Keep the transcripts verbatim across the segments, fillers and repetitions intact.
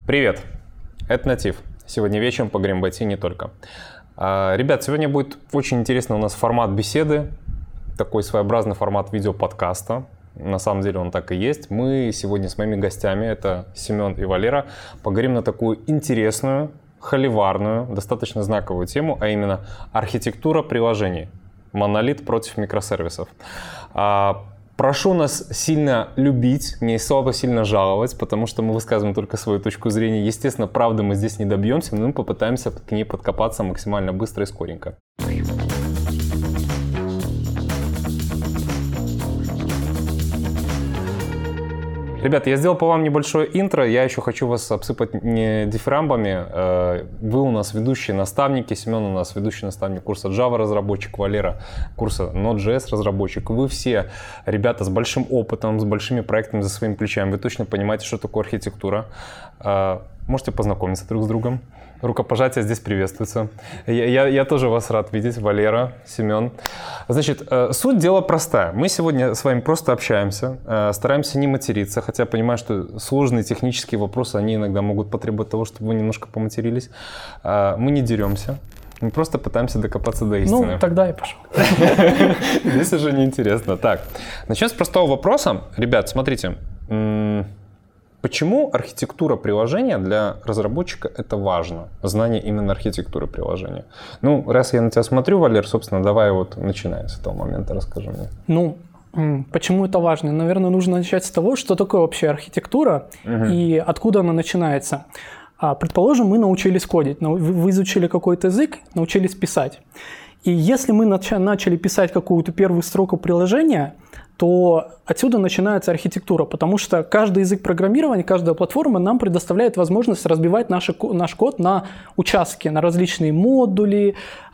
Привет, это Натив. Сегодня вечером поговорим об ай ти не только. Ребят, сегодня будет очень интересный у нас формат беседы, такой своеобразный формат видеоподкаста. На самом деле он так и есть. Мы сегодня с моими гостями, это Семен и Валера, поговорим на такую интересную, холиварную, достаточно знаковую тему, а именно архитектура приложений. Монолит против микросервисов. Прошу нас сильно любить, не слабо сильно жаловать, потому что мы высказываем только свою точку зрения. Естественно, правды мы здесь не добьемся, но мы попытаемся к ней подкопаться максимально быстро и скоренько. Ребята, я сделал по вам небольшое интро, я еще хочу вас обсыпать не дифирамбами. Вы у нас ведущие наставники, Семен у нас ведущий наставник курса Java разработчик, Валера курса Node.js разработчик. Вы все ребята с большим опытом, с большими проектами за своими плечами, вы точно понимаете, что такое архитектура. Можете познакомиться друг с другом. Рукопожатие здесь приветствуется. Я, я, я тоже вас рад видеть, Валера, Семен. Значит, суть дела простая. Мы сегодня с вами просто общаемся, стараемся не материться, хотя понимаю, что сложные технические вопросы, они иногда могут потребовать того, чтобы вы немножко поматерились. Мы не деремся. Мы просто пытаемся докопаться до истины. Ну, тогда и пошел. Здесь уже неинтересно. Так, начнем с простого вопроса. Ребят, смотрите. Почему архитектура приложения для разработчика это важно? Знание именно архитектуры приложения. Ну, раз я на тебя смотрю, Валер, собственно, давай вот начинай с этого момента, расскажи мне. Ну, почему это важно? Наверное, нужно начать с того, что такое вообще архитектура угу. и откуда она начинается. Предположим, мы научились кодить, вы изучили какой-то язык, научились писать. И если мы начали писать какую-то первую строку приложения, то отсюда начинается архитектура, потому что каждый язык программирования, каждая платформа нам предоставляет возможность разбивать наши, наш код на участки, на различные модули,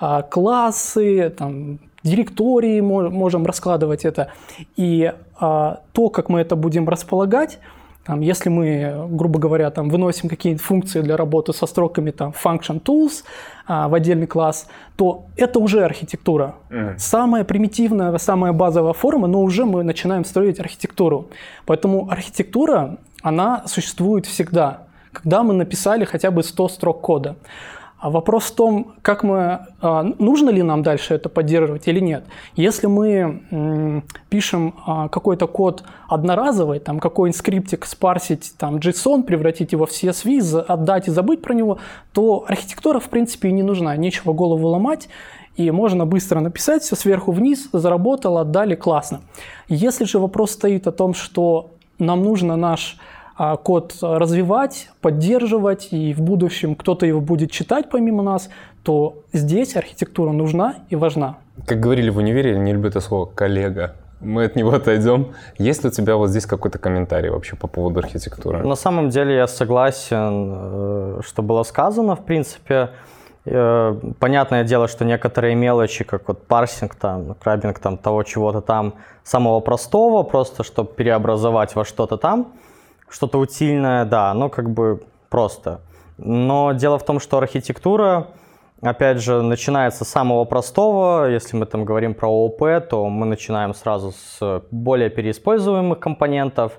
классы, там, директории, можем раскладывать это. И а, то, как мы это будем располагать, там, если мы, грубо говоря, там, выносим какие-нибудь функции для работы со строками там, function tools а, в отдельный класс, то это уже архитектура. Mm. Самая примитивная, самая базовая форма, но уже мы начинаем строить архитектуру. Поэтому архитектура, она существует всегда, когда мы написали хотя бы сто строк кода. А вопрос в том, как мы, нужно ли нам дальше это поддерживать или нет. Если мы пишем какой-то код одноразовый, там какой-нибудь скриптик спарсить, там JSON, превратить его в си эс ви, отдать и забыть про него, то архитектура в принципе и не нужна, нечего голову ломать. И можно быстро написать все сверху вниз, заработало, отдали, классно. Если же вопрос стоит о том, что нам нужно наш код развивать, поддерживать, и в будущем кто-то его будет читать помимо нас, то здесь архитектура нужна и важна. Как говорили в универе, я не люблю это слово «коллега». Мы от него отойдем. Есть ли у тебя вот здесь какой-то комментарий вообще по поводу архитектуры? На самом деле я согласен, что было сказано, в принципе. Понятное дело, что некоторые мелочи, как вот парсинг, там, краббинг там, того чего-то там, самого простого, просто чтобы преобразовать во что-то там, что-то утильное, да, но как бы просто. Но дело в том, что архитектура, опять же, начинается с самого простого. Если мы там говорим про ООП, то мы начинаем сразу с более переиспользуемых компонентов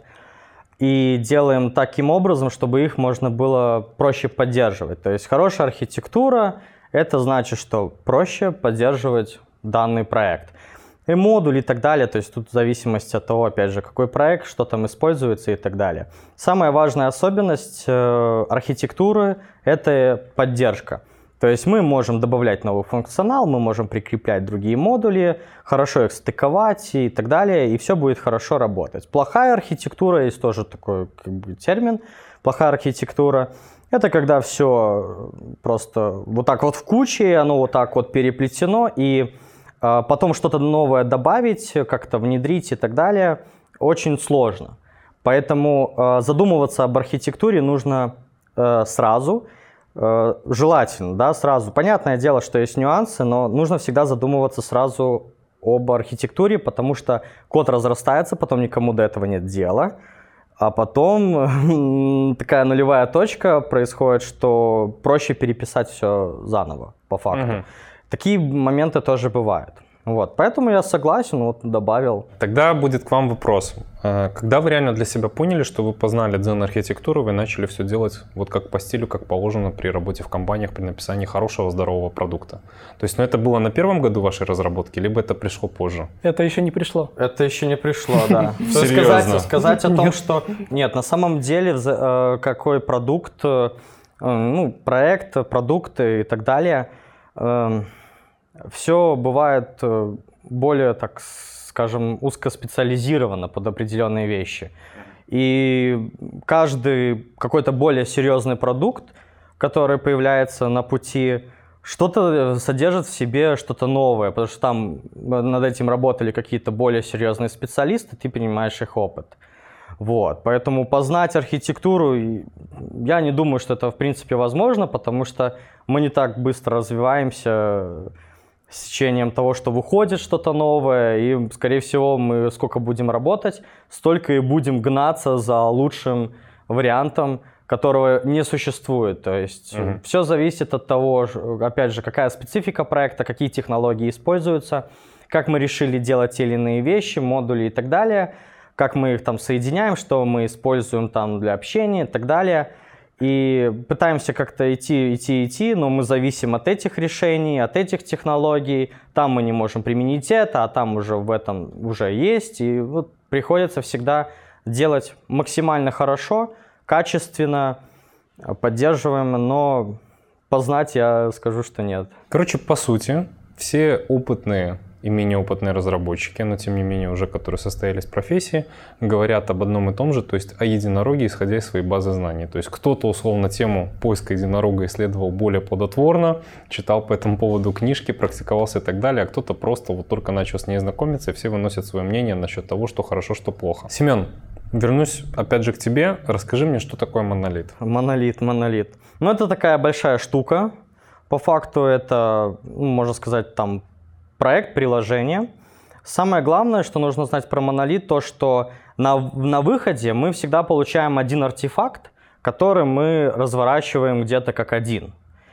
и делаем таким образом, чтобы их можно было проще поддерживать. То есть хорошая архитектура – это значит, что проще поддерживать данный проект. И модуль и так далее, то есть тут в зависимости от того, опять же, какой проект, что там используется и так далее. Самая важная особенность э, архитектуры – это поддержка. То есть мы можем добавлять новый функционал, мы можем прикреплять другие модули, хорошо их стыковать и так далее, и все будет хорошо работать. Плохая архитектура, есть тоже такой как бы, термин, плохая архитектура – это когда все просто вот так вот в куче, оно вот так вот переплетено, и потом что-то новое добавить, как-то внедрить и так далее, очень сложно. Поэтому э, задумываться об архитектуре нужно э, сразу, э, желательно, да, сразу. Понятное дело, что есть нюансы, но нужно всегда задумываться сразу об архитектуре, потому что код разрастается, потом никому до этого нет дела, а потом такая нулевая точка происходит, что проще переписать все заново, по факту. Mm-hmm. Такие моменты тоже бывают. Вот, поэтому я согласен, вот добавил. Тогда будет к вам вопрос. Когда вы реально для себя поняли, что вы познали дзен-архитектуру, вы начали все делать вот как по стилю, как положено при работе в компаниях, при написании хорошего, здорового продукта? То есть, ну это было на первом году вашей разработки, либо это пришло позже? Это еще не пришло. Это еще не пришло, да. Серьезно? Сказать о том, что... Нет, на самом деле, какой продукт, ну, проект, продукты и так далее... Все бывает более, так скажем, узкоспециализировано под определенные вещи. И каждый какой-то более серьезный продукт, который появляется на пути, что-то содержит в себе что-то новое, потому что там над этим работали какие-то более серьезные специалисты, ты понимаешь их опыт. Вот. Поэтому познать архитектуру, я не думаю, что это в принципе возможно, потому что мы не так быстро развиваемся с течением того, что выходит что-то новое, и, скорее всего, мы сколько будем работать, столько и будем гнаться за лучшим вариантом, которого не существует. То есть mm-hmm. все зависит от того, опять же, какая специфика проекта, какие технологии используются, как мы решили делать те или иные вещи, модули и так далее, как мы их там соединяем, что мы используем там для общения и так далее. И пытаемся как-то идти, идти, идти, но мы зависим от этих решений, от этих технологий. Там мы не можем применить это, а там уже в этом уже есть. И вот приходится всегда делать максимально хорошо, качественно, поддерживаемо, но познать я скажу, что нет. Короче, по сути, все опытные и менее опытные разработчики, но тем не менее уже которые состоялись в профессии, говорят об одном и том же, то есть о единороге, исходя из своей базы знаний. То есть кто-то условно тему поиска единорога исследовал более плодотворно, читал по этому поводу книжки, практиковался и так далее, а кто-то просто вот только начал с ней знакомиться, и все выносят свое мнение насчет того, что хорошо, что плохо. Семен, вернусь опять же к тебе. Расскажи мне, что такое монолит. Монолит, монолит. Ну, это такая большая штука. По факту это, ну, можно сказать, там, проект, приложение. Самое главное, что нужно знать про монолит, то, что на, на выходе мы всегда получаем один артефакт, который мы разворачиваем где-то как один.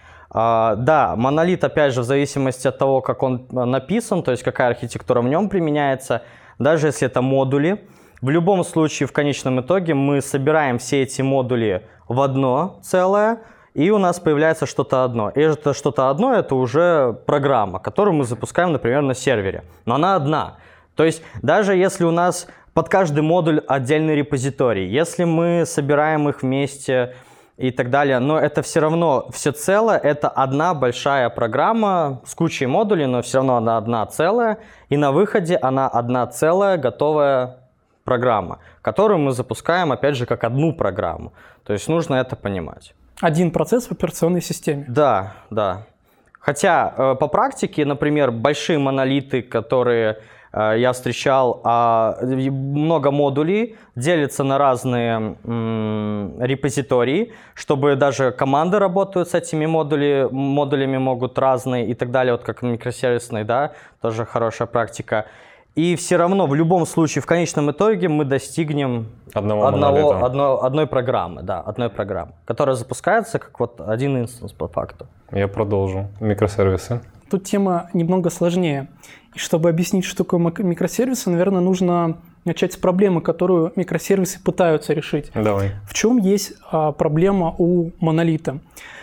А, да, монолит, опять же, в зависимости от того, как он написан, то есть какая архитектура в нем применяется, даже если это модули, в любом случае, в конечном итоге мы собираем все эти модули в одно целое, и у нас появляется что-то одно. И это что-то одно, это уже программа, которую мы запускаем, например, на сервере. Но она одна. То есть даже если у нас под каждый модуль отдельный репозиторий, если мы собираем их вместе и так далее, но это все равно, все целое, это одна большая программа с кучей модулей, но все равно она одна целая. И на выходе она одна целая, готовая программа, которую мы запускаем, опять же, как одну программу. То есть нужно это понимать. Один процесс в операционной системе. Да, да. Хотя э, по практике, например, большие монолиты, которые э, я встречал, э, много модулей, делятся на разные м, репозитории, чтобы даже команды работают с этими модули, модулями могут разные и так далее, вот как микросервисный, да, тоже хорошая практика. И все равно, в любом случае, в конечном итоге мы достигнем Одного одного, одной, одной программы, да, одной программы, которая запускается как вот один инстанс по факту. Я продолжу. Микросервисы. Тут тема немного сложнее. И чтобы объяснить, что такое микросервисы, наверное, нужно начать с проблемы, которую микросервисы пытаются решить. Давай. В чем есть а, проблема у монолита?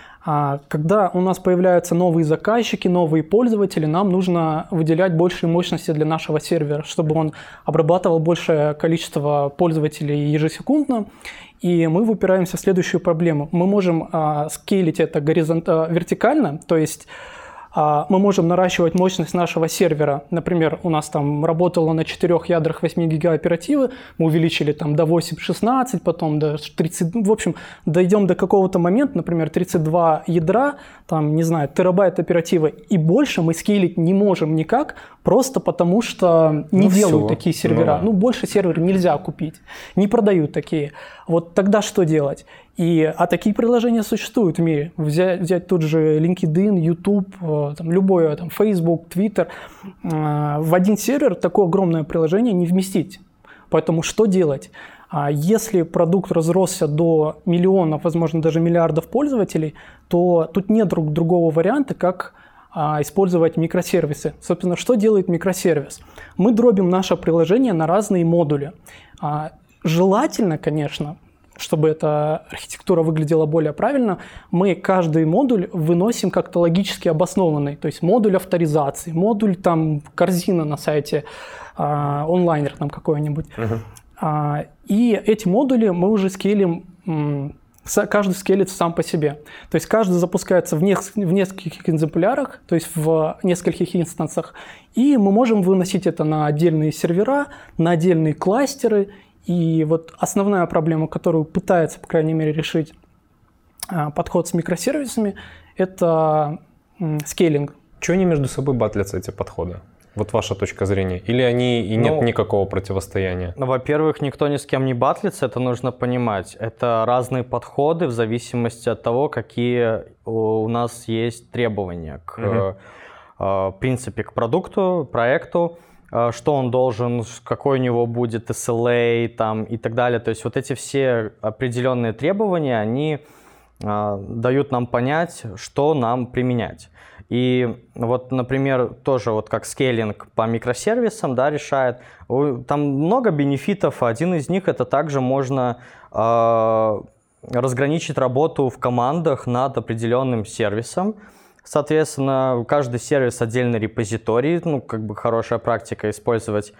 Когда у нас появляются новые заказчики, новые пользователи, нам нужно выделять больше мощности для нашего сервера, чтобы он обрабатывал большее количество пользователей ежесекундно. И мы выпираемся в следующую проблему. Мы можем а, скейлить это горизонтально, вертикально, то есть а, мы можем наращивать мощность нашего сервера. Например, у нас там работало на четырех ядрах восемь гига оперативы, мы увеличили там до восемь шестнадцать, потом до тридцать, в общем, дойдем до какого-то момента, например, тридцать два ядра, там, не знаю, терабайт оперативы, и больше мы скейлить не можем никак, просто потому что не ну делают все. такие сервера. Ну, да. ну, больше серверов нельзя купить, не продают такие. Вот тогда что делать? И, а такие приложения существуют в мире. Взять, взять тот же LinkedIn, YouTube, там, любое, там, Facebook, Twitter. В один сервер такое огромное приложение не вместить. Поэтому что делать? Если продукт разросся до миллионов, возможно, даже миллиардов пользователей, то тут нет друг другого варианта, как а, использовать микросервисы. Собственно, что делает микросервис? Мы дробим наше приложение на разные модули. А, желательно, конечно, чтобы эта архитектура выглядела более правильно, мы каждый модуль выносим как-то логически обоснованный. То есть модуль авторизации, модуль там корзина на сайте, а, онлайнер там какой-нибудь. Uh-huh. А, и эти модули мы уже скейлим, м, каждый скейлится сам по себе. То есть каждый запускается в, неск- в нескольких экземплярах, то есть в нескольких инстансах, и мы можем выносить это на отдельные сервера, на отдельные кластеры. И вот основная проблема, которую пытается, по крайней мере, решить а, подход с микросервисами, это м, скейлинг. Чего они между собой батлятся, эти подходы? Вот ваша точка зрения. Или они и нет ну, никакого противостояния? Ну, во-первых, никто ни с кем не батлится, это нужно понимать. Это разные подходы в зависимости от того, какие у нас есть требования к, угу. в принципе, к продукту, проекту, что он должен, какой у него будет эс эл эй там, и так далее. То есть вот эти все определенные требования, они дают нам понять, что нам применять. И вот, например, тоже вот как скейлинг по микросервисам, да, решает, там много бенефитов, один из них это также можно э, разграничить работу в командах над определенным сервисом. Соответственно, каждый сервис отдельный репозиторий, ну, как бы хорошая практика использовать.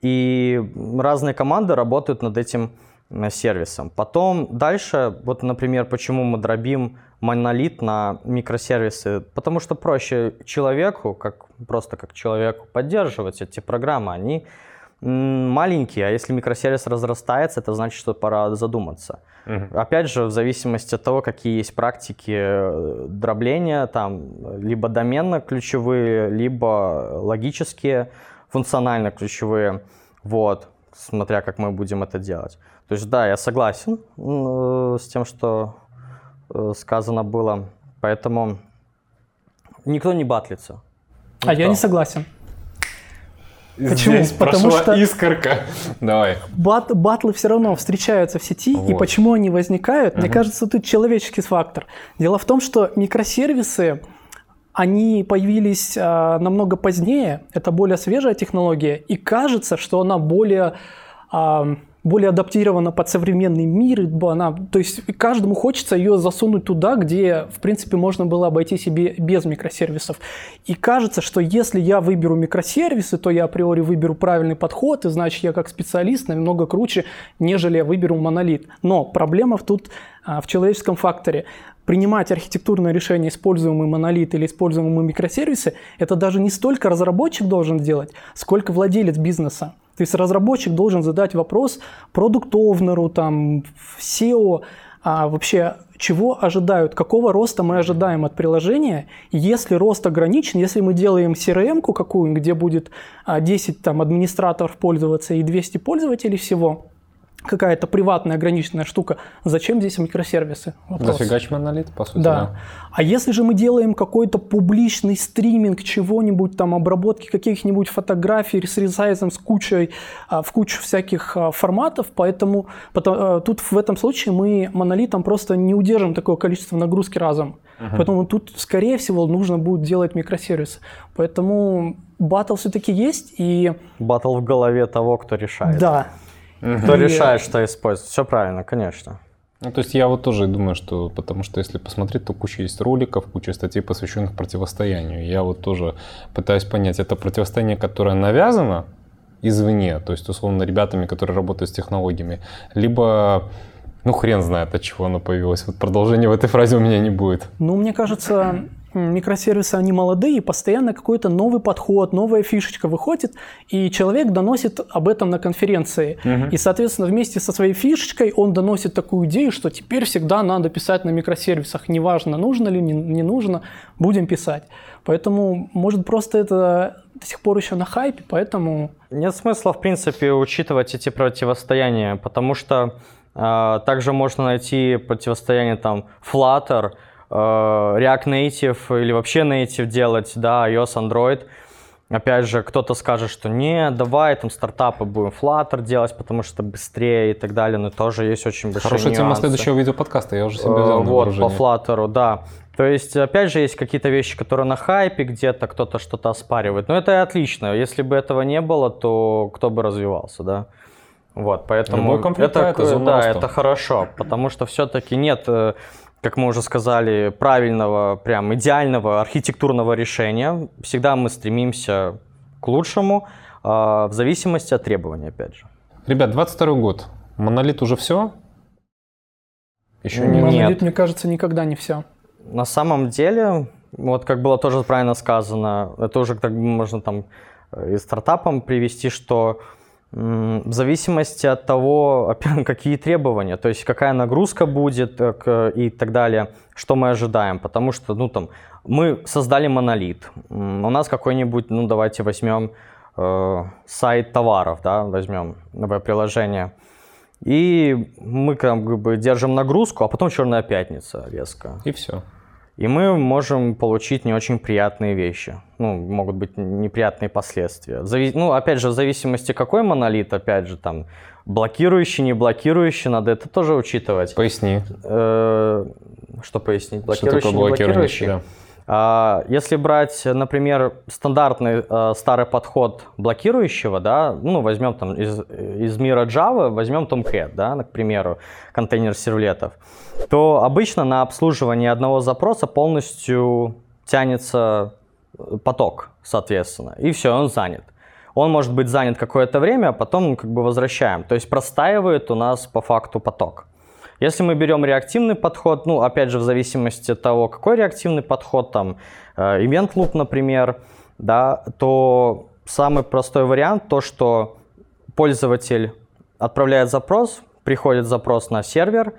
И разные команды работают над этим сервисом. Потом дальше, вот, например, почему мы дробим монолит на микросервисы, потому что проще человеку, как, просто как человеку поддерживать эти программы, они маленькие, а если микросервис разрастается, это значит, что пора задуматься. Uh-huh. Опять же, в зависимости от того, какие есть практики дробления, там, либо доменно-ключевые, либо логические, функционально-ключевые, вот, смотря как мы будем это делать. То есть, да, я согласен э, с тем, что э, сказано было, поэтому никто не батлится. Никто. А я не согласен. Почему? Здесь Потому прошла что искорка. Давай. Бат, батлы все равно встречаются в сети, вот. И почему они возникают? Угу. Мне кажется, тут человеческий фактор. Дело в том, что микросервисы, они появились а, намного позднее, это более свежая технология, и кажется, что она более... А, более адаптирована под современный мир, она, то есть каждому хочется ее засунуть туда, где, в принципе, можно было обойтись и без микросервисов. И кажется, что если я выберу микросервисы, то я априори выберу правильный подход, и значит, я как специалист намного круче, нежели я выберу монолит. Но проблема тут а, в человеческом факторе. Принимать архитектурное решение, используемый монолит или используемые микросервисы, это даже не столько разработчик должен делать, сколько владелец бизнеса. То есть разработчик должен задать вопрос продукт-овнеру, там, сео, а вообще чего ожидают, какого роста мы ожидаем от приложения. И если рост ограничен, если мы делаем си эр эм-ку какую-нибудь, где будет десять там, администраторов пользоваться и двести пользователей всего, какая-то приватная ограниченная штука, зачем здесь микросервисы? Вопрос. Зафигач монолит, по сути. Да. да. А если же мы делаем какой-то публичный стриминг чего-нибудь, там, обработки каких-нибудь фотографий с ресайзом, с кучей, в кучу всяких форматов, поэтому потом, тут в этом случае мы монолитом просто не удержим такое количество нагрузки разом. Uh-huh. Поэтому тут, скорее всего, нужно будет делать микросервисы. Поэтому батл все-таки есть. И... Батл в голове того, кто решает. Да. Кто и... решает, что использовать. Все правильно, конечно. Ну, то есть я вот тоже думаю, что, потому что если посмотреть, то куча есть роликов, куча статей, посвященных противостоянию. Я вот тоже пытаюсь понять, это противостояние, которое навязано извне, то есть, условно, ребятами, которые работают с технологиями, либо, ну, хрен знает, от чего оно появилось. Вот продолжения в этой фразе у меня не будет. Ну, мне кажется... Микросервисы, они молодые, постоянно какой-то новый подход, новая фишечка выходит, и человек доносит об этом на конференции. Uh-huh. И, соответственно, вместе со своей фишечкой он доносит такую идею, что теперь всегда надо писать на микросервисах. Неважно, нужно ли, не, не нужно, будем писать. Поэтому, может, просто это до сих пор еще на хайпе, поэтому... Нет смысла, в принципе, учитывать эти противостояния, потому что э, также можно найти противостояние там Flutter, React Native или вообще Native делать, да, iOS, Android. Опять же, кто-то скажет, что не, давай там стартапы будем Flutter делать, потому что быстрее и так далее, но тоже есть очень большие Хорошая нюансы. Тема следующего видеоподкаста, я уже себе взял на Вот, вооружение. по Flutter, да. То есть, опять же, есть какие-то вещи, которые на хайпе, где-то кто-то что-то оспаривает. Но это и отлично. Если бы этого не было, то кто бы развивался, да? Вот, поэтому это, это, да, это хорошо, потому что все-таки нет, как мы уже сказали, правильного, прям идеального архитектурного решения. Всегда мы стремимся к лучшему, в зависимости от требований, опять же. Ребят, двадцать второй год. Монолит уже все? Еще нет. Монолит, мне кажется, никогда не все. На самом деле, вот как было тоже правильно сказано, это уже так можно там и стартапам привести, что в зависимости от того, какие требования, то есть какая нагрузка будет и так далее, что мы ожидаем. Потому что, ну там, мы создали монолит. У нас какой-нибудь, ну давайте возьмем э, сайт товаров, да, возьмем новое приложение. И мы как бы держим нагрузку, а потом черная пятница резко. И все. И мы можем получить не очень приятные вещи. Ну, могут быть неприятные последствия. Зави... Ну, опять же, в зависимости какой монолит, опять же, там, блокирующий, не блокирующий, надо это тоже учитывать. Поясни. Э-э- что пояснить? Блокирующий, что такое блокирующий? Да. А, если брать, например, стандартный э, старый подход блокирующего, да, ну, возьмем там из, из мира Java, возьмем Tomcat, да, к примеру, контейнер сервлетов, то обычно на обслуживание одного запроса полностью тянется поток, соответственно, и все, он занят. Он может быть занят какое-то время, а потом как бы возвращаем, то есть простаивает у нас по факту поток. Если мы берем реактивный подход, ну, опять же, в зависимости от того, какой реактивный подход, там, event loop, например, да, то самый простой вариант, то, что пользователь отправляет запрос, приходит запрос на сервер,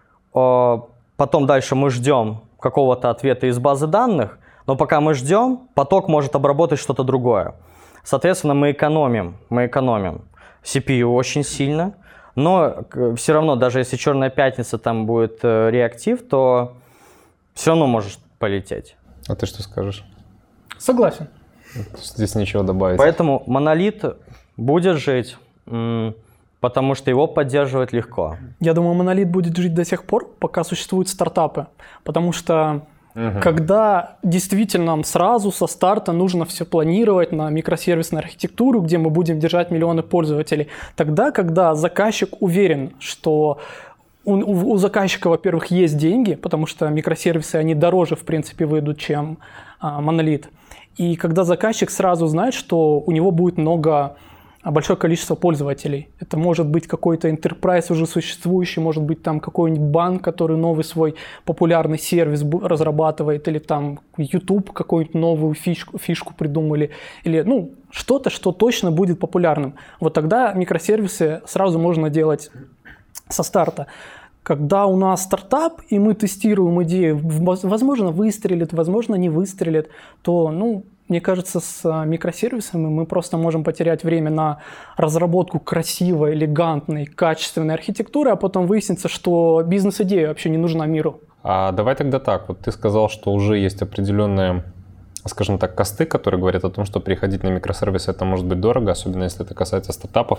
потом дальше мы ждем какого-то ответа из базы данных, но пока мы ждем, поток может обработать что-то другое. Соответственно, мы экономим, мы экономим си пи ю очень сильно. Но все равно, даже если черная пятница там будет э, реактив, то все равно может полететь. А ты что скажешь? Согласен. Здесь ничего добавить. Поэтому монолит будет жить, м- потому что его поддерживать легко. Я думаю, монолит будет жить до тех пор, пока существуют стартапы. Потому что Угу. когда действительно сразу со старта нужно все планировать на микросервисную архитектуру, где мы будем держать миллионы пользователей, тогда, когда заказчик уверен, что у, у заказчика, во-первых, есть деньги, потому что микросервисы, они дороже, в принципе, выйдут, чем а, монолит. И когда заказчик сразу знает, что у него будет много... большое количество пользователей. Это может быть какой-то enterprise уже существующий, может быть там какой-нибудь банк, который новый свой популярный сервис разрабатывает, или там YouTube какую-нибудь новую фишку, фишку придумали, или ну что-то, что точно будет популярным. Вот тогда микросервисы сразу можно делать со старта. Когда у нас стартап, и мы тестируем идею, возможно, выстрелит, возможно, не выстрелит, то, ну, мне кажется, с микросервисами мы просто можем потерять время на разработку красивой, элегантной, качественной архитектуры, а потом выяснится, что бизнес-идея вообще не нужна миру. А давай тогда так. Вот ты сказал, что уже есть определенные, скажем так, косты, которые говорят о том, что переходить на микросервисы это может быть дорого, особенно если это касается стартапов.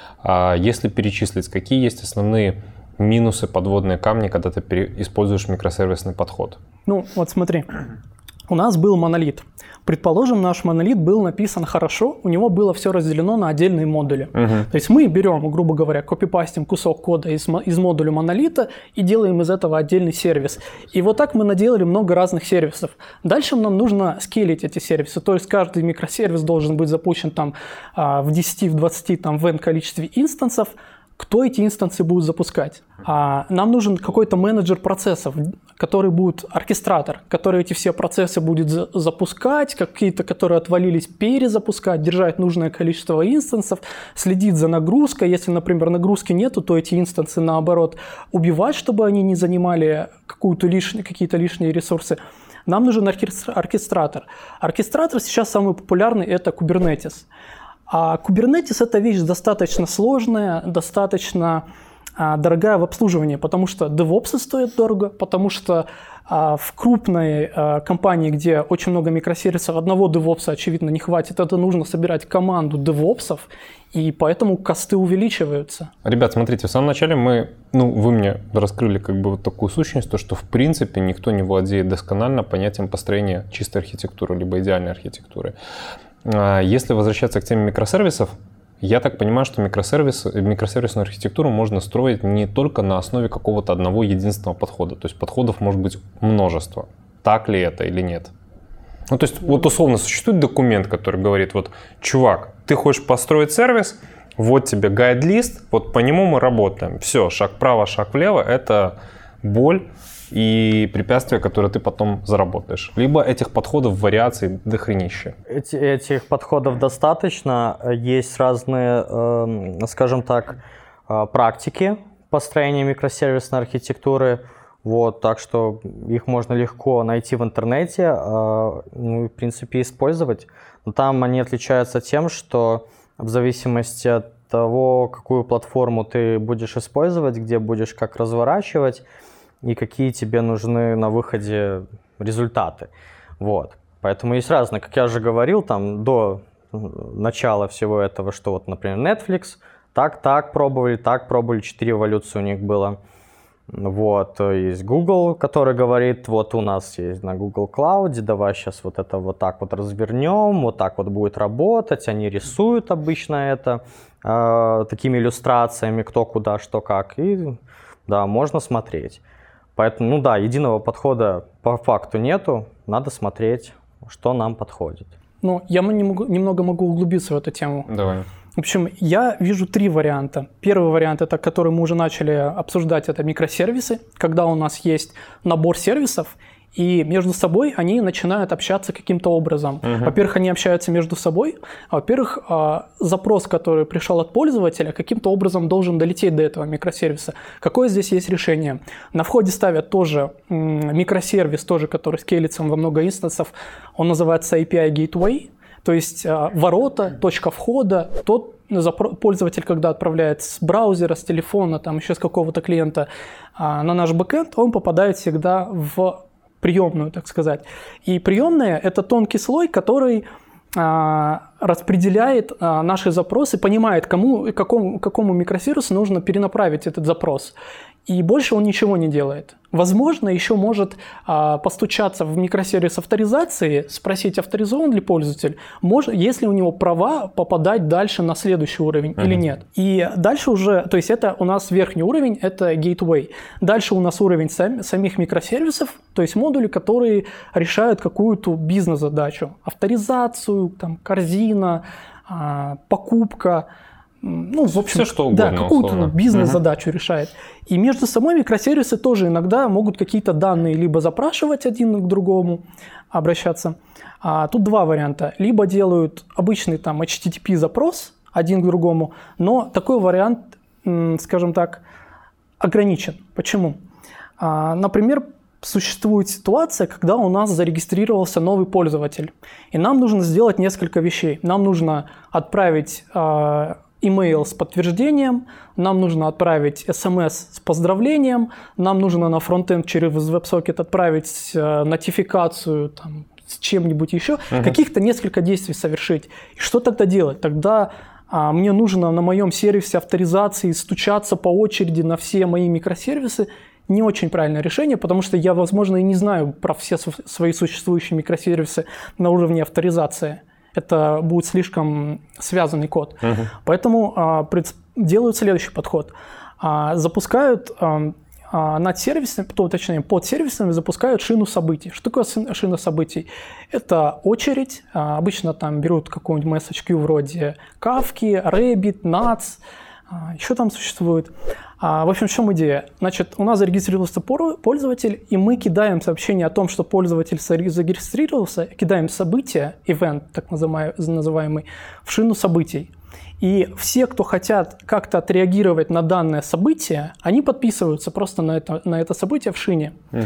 А если перечислить, какие есть основные минусы, подводные камни, когда ты используешь микросервисный подход? Ну, вот смотри. У нас был монолит. Предположим, наш монолит был написан хорошо, у него было все разделено на отдельные модули. Uh-huh. То есть мы берем, грубо говоря, копипастим кусок кода из, из модуля монолита и делаем из этого отдельный сервис. И вот так мы наделали много разных сервисов. Дальше нам нужно скейлить эти сервисы. То есть каждый микросервис должен быть запущен там, в десяти, в двадцати, там, в n количестве инстансов. Кто эти инстансы будет запускать? А нам нужен какой-то менеджер процессов, который будет оркестратор, который эти все процессы будет за- запускать, какие-то, которые отвалились, перезапускать, держать нужное количество инстансов, следить за нагрузкой. Если, например, нагрузки нету, то эти инстансы, наоборот, убивать, чтобы они не занимали какую-то лишнюю, какие-то лишние ресурсы. Нам нужен оркестратор. Оркестратор сейчас самый популярный – это Kubernetes. А Kubernetes – это вещь достаточно сложная, достаточно а, дорогая в обслуживании, потому что девопсы стоят дорого, потому что а, в крупной а, компании, где очень много микросервисов, одного девопса, очевидно, не хватит. Это нужно собирать команду девопсов, и поэтому косты увеличиваются. Ребят, смотрите, в самом начале мы, ну, вы мне раскрыли как бы вот такую сущность, то, что в принципе никто не владеет досконально понятием построения чистой архитектуры, либо идеальной архитектуры. Если возвращаться к теме микросервисов, я так понимаю, что микросервис, микросервисную архитектуру можно строить не только на основе какого-то одного единственного подхода. То есть подходов может быть множество. Так ли это или нет? Ну, то есть, вот условно существует документ, который говорит, вот, чувак, ты хочешь построить сервис, вот тебе гайд-лист, вот по нему мы работаем. Все, шаг вправо, шаг влево – это боль и препятствия, которые ты потом заработаешь. Либо этих подходов, вариаций дохренище. Эти, этих подходов достаточно. Есть разные, э, скажем так, э, практики построения микросервисной архитектуры. Вот, так что их можно легко найти в интернете, э, ну и, в принципе, использовать. Но там они отличаются тем, что в зависимости от того, какую платформу ты будешь использовать, где будешь как разворачивать, и какие тебе нужны на выходе результаты. Вот. Поэтому есть разные, как я уже говорил, там до начала всего этого, что вот, например, Netflix, так, так пробовали, так пробовали, четыре эволюции у них было. Вот, есть Google, который говорит, вот у нас есть на Google Cloud, давай сейчас вот это вот так вот развернем, вот так вот будет работать. Они рисуют обычно это э, такими иллюстрациями, кто куда, что как, и да, можно смотреть. Поэтому, ну да, единого подхода по факту нету, надо смотреть, что нам подходит. Ну, я немного могу углубиться в эту тему. Давай. В общем, я вижу три варианта. Первый вариант, это который мы уже начали обсуждать, это микросервисы, когда у нас есть набор сервисов, и между собой они начинают общаться каким-то образом. Uh-huh. Во-первых, они общаются между собой, а во-первых, запрос, который пришел от пользователя, каким-то образом должен долететь до этого микросервиса. Какое здесь есть решение? На входе ставят тоже микросервис, тоже, который скейлится во много инстансов, он называется эй пи ай Gateway. То есть ворота, точка входа, тот пользователь, когда отправляет с браузера, с телефона, там еще с какого-то клиента на наш бэкэнд, он попадает всегда в приемную, так сказать. И приемная – это тонкий слой, который распределяет наши запросы, понимает, кому, какому, какому микросервису нужно перенаправить этот запрос. И больше он ничего не делает. Возможно, еще может а, постучаться в микросервис авторизации, спросить, авторизован ли пользователь, может, если у него права попадать дальше на следующий уровень uh-huh. или нет. И дальше уже, то есть это у нас верхний уровень, это gateway. Дальше у нас уровень сам, самих микросервисов, то есть модули, которые решают какую-то бизнес-задачу. Авторизацию, там, корзина, а, покупка. Ну, в общем, все, что угодно, да, какую-то условно. бизнес-задачу uh-huh. решает. И между собой микросервисы тоже иногда могут какие-то данные либо запрашивать один к другому, обращаться. А тут два варианта. Либо делают обычный там эйч ти ти пи-запрос один к другому, но такой вариант, скажем так, ограничен. Почему? А, например, существует ситуация, когда у нас зарегистрировался новый пользователь, и нам нужно сделать несколько вещей. Нам нужно отправить email с подтверждением, нам нужно отправить эс эм эс с поздравлением, нам нужно на фронтенд через WebSocket отправить э, нотификацию там, с чем-нибудь еще, uh-huh. каких-то несколько действий совершить. И что тогда делать? Тогда а, мне нужно на моем сервисе авторизации стучаться по очереди на все мои микросервисы. Не очень правильное решение, потому что я, возможно, и не знаю про все свои существующие микросервисы на уровне авторизации. Это будет слишком связанный код. Uh-huh. Поэтому а, пред, делают следующий подход. А, запускают а, а, над сервисами, то, точнее, под сервисами запускают шину событий. Что такое шина событий? Это очередь. А, обычно там берут какую-нибудь месседж queue вроде Kafka, Rabbit, Nuts. А, еще там существует. А, в общем, в чем идея? Значит, у нас зарегистрировался пользователь, и мы кидаем сообщение о том, что пользователь зарегистрировался, кидаем событие, event, так называемый, в шину событий. И все, кто хотят как-то отреагировать на данное событие, они подписываются просто на это, на это событие в шине. Угу.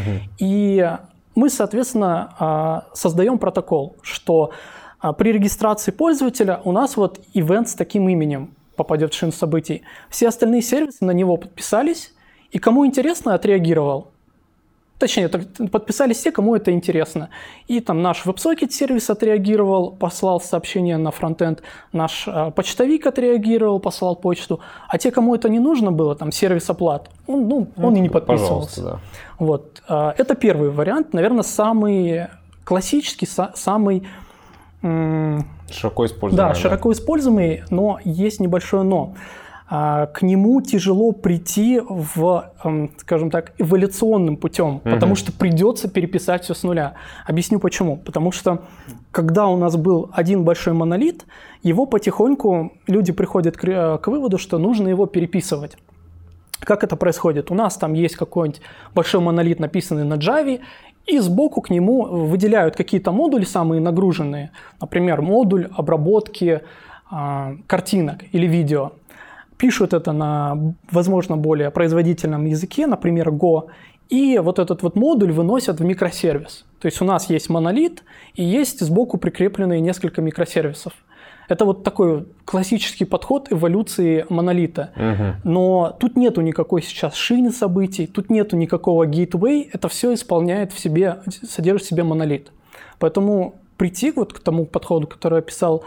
И мы, соответственно, создаем протокол, что при регистрации пользователя у нас вот event с таким именем. попадет в шину событий, все остальные сервисы на него подписались, и кому интересно, отреагировал. Точнее, подписались те, кому это интересно. И там наш WebSocket сервис отреагировал, послал сообщение на фронтенд, наш э, почтовик отреагировал, послал почту. А те, кому это не нужно было, там сервис оплат, он, ну, он и не подписывался. Да. Вот. Э, это первый вариант, наверное, самый классический, са- самый... М- широко используемый. Да, широко используемый, но есть небольшое но. К нему тяжело прийти в, скажем так, эволюционным путем, mm-hmm. потому что придется переписать все с нуля. Объясню почему. Потому что когда у нас был один большой монолит, его потихоньку люди приходят к, к выводу, что нужно его переписывать. Как это происходит? У нас там есть какой-нибудь большой монолит, написанный на Java, и сбоку к нему выделяют какие-то модули, самые нагруженные. Например, модуль обработки э, картинок или видео. Пишут это на, возможно, более производительном языке, например, Go, и вот этот вот модуль выносят в микросервис. То есть у нас есть монолит, и есть сбоку прикрепленные несколько микросервисов. Это вот такой классический подход эволюции монолита. Угу. Но тут нету никакой сейчас шины событий, тут нету никакого гейтвей, это все исполняет в себе, содержит в себе монолит. Поэтому прийти вот к тому подходу, который я описал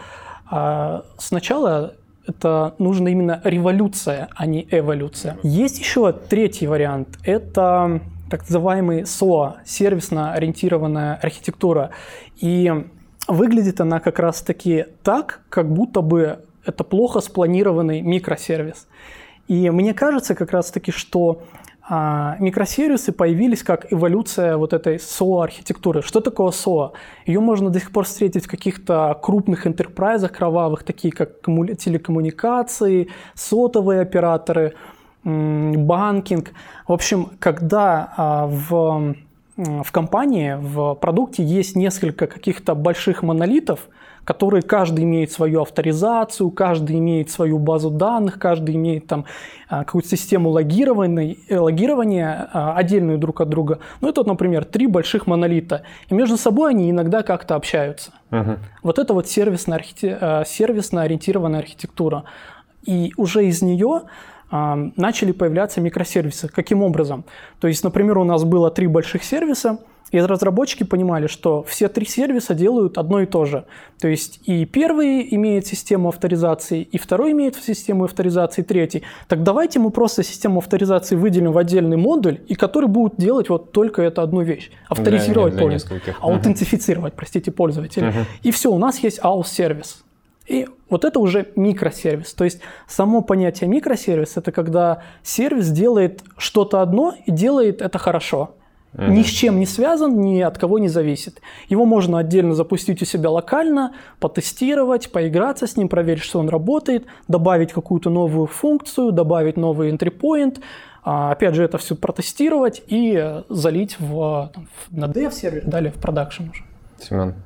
сначала, это нужна именно революция, а не эволюция. Есть еще третий вариант. Это так называемый эс о а, сервисно-ориентированная архитектура. И выглядит она как раз-таки так, как будто бы это плохо спланированный микросервис. И мне кажется как раз-таки, что а, микросервисы появились как эволюция вот этой эс о а-архитектуры. Что такое эс о а? Ее можно до сих пор встретить в каких-то крупных энтерпрайзах кровавых, такие как телекоммуникации, сотовые операторы, банкинг. В общем, когда а, в, в компании, в продукте есть несколько каких-то больших монолитов, которые каждый имеет свою авторизацию, каждый имеет свою базу данных, каждый имеет там какую-то систему логирования, логирования отдельную друг от друга. Ну, это, например, три больших монолита. И между собой они иногда как-то общаются. Uh-huh. Вот это вот сервисно-ориентированная архитектура. И уже из нее начали появляться микросервисы. Каким образом? То есть, например, у нас было три больших сервиса, и разработчики понимали, что все три сервиса делают одно и то же. То есть и первый имеет систему авторизации, и второй имеет систему авторизации, и третий. Так давайте мы просто систему авторизации выделим в отдельный модуль, и который будет делать вот только эту одну вещь. Авторизировать пользователя. Аутентифицировать, простите, пользователя. Uh-huh. И все, у нас есть эй эй эс-сервис. И вот это уже микросервис. То есть само понятие микросервис – это когда сервис делает что-то одно и делает это хорошо. Uh-huh. Ни с чем не связан, ни от кого не зависит. Его можно отдельно запустить у себя локально, потестировать, поиграться с ним, проверить, что он работает, добавить какую-то новую функцию, добавить новый entry point. Опять же, это все протестировать и залить в, там, на dev-сервер, далее в продакшн уже. Семен.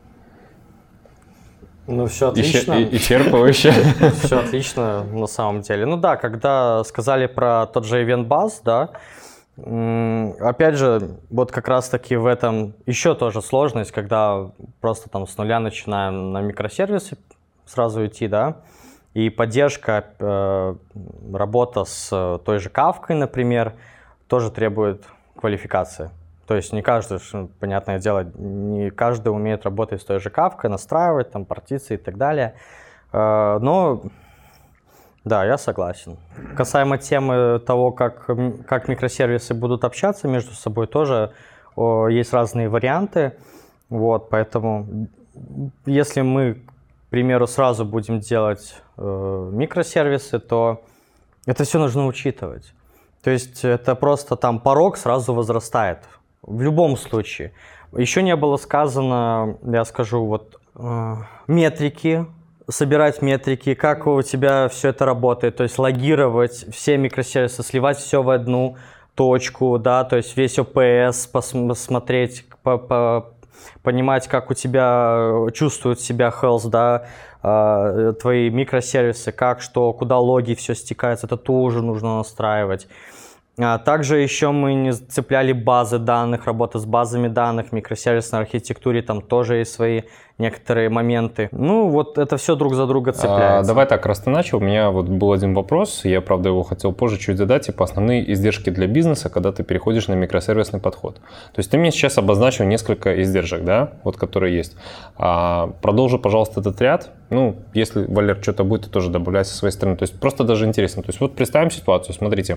Ну, все отлично. И, исчерпывающе. Все отлично на самом деле. Ну да, когда сказали про тот же Event Bus, да, опять же, вот как раз-таки в этом еще тоже сложность, когда просто там с нуля начинаем на микросервисы сразу идти, да, и поддержка, э, работа с той же Kafka, например, тоже требует квалификации. То есть не каждый, понятное дело, не каждый умеет работать с той же Kafka, настраивать там партиции и так далее, э, но... Да, я согласен. Касаемо темы того, как, как микросервисы будут общаться между собой, тоже о, есть разные варианты. Вот, поэтому если мы, к примеру, сразу будем делать э, микросервисы, то это все нужно учитывать. То есть это просто там порог сразу возрастает. В любом случае. Еще не было сказано, я скажу, вот э, метрики, собирать метрики, как у тебя все это работает, то есть логировать все микросервисы, сливать все в одну точку, да, то есть весь о пи эс посмотреть, по, по, понимать, как у тебя чувствует себя health, да, э, твои микросервисы, как, что, куда логи все стекается, это тоже нужно настраивать. А также еще мы не цепляли базы данных, работа с базами данных, в микросервисной архитектуре там тоже есть свои некоторые моменты. Ну, вот это все друг за друга цепляется. А, давай так, раз ты начал, у меня вот был один вопрос, я, правда, его хотел позже чуть задать, типа основные издержки для бизнеса, когда ты переходишь на микросервисный подход. То есть ты мне сейчас обозначил несколько издержек, да, вот которые есть. А, продолжи, пожалуйста, этот ряд. Ну, если, Валер, что-то будет, то тоже добавляй со своей стороны. То есть просто даже интересно. То есть вот представим ситуацию, смотрите.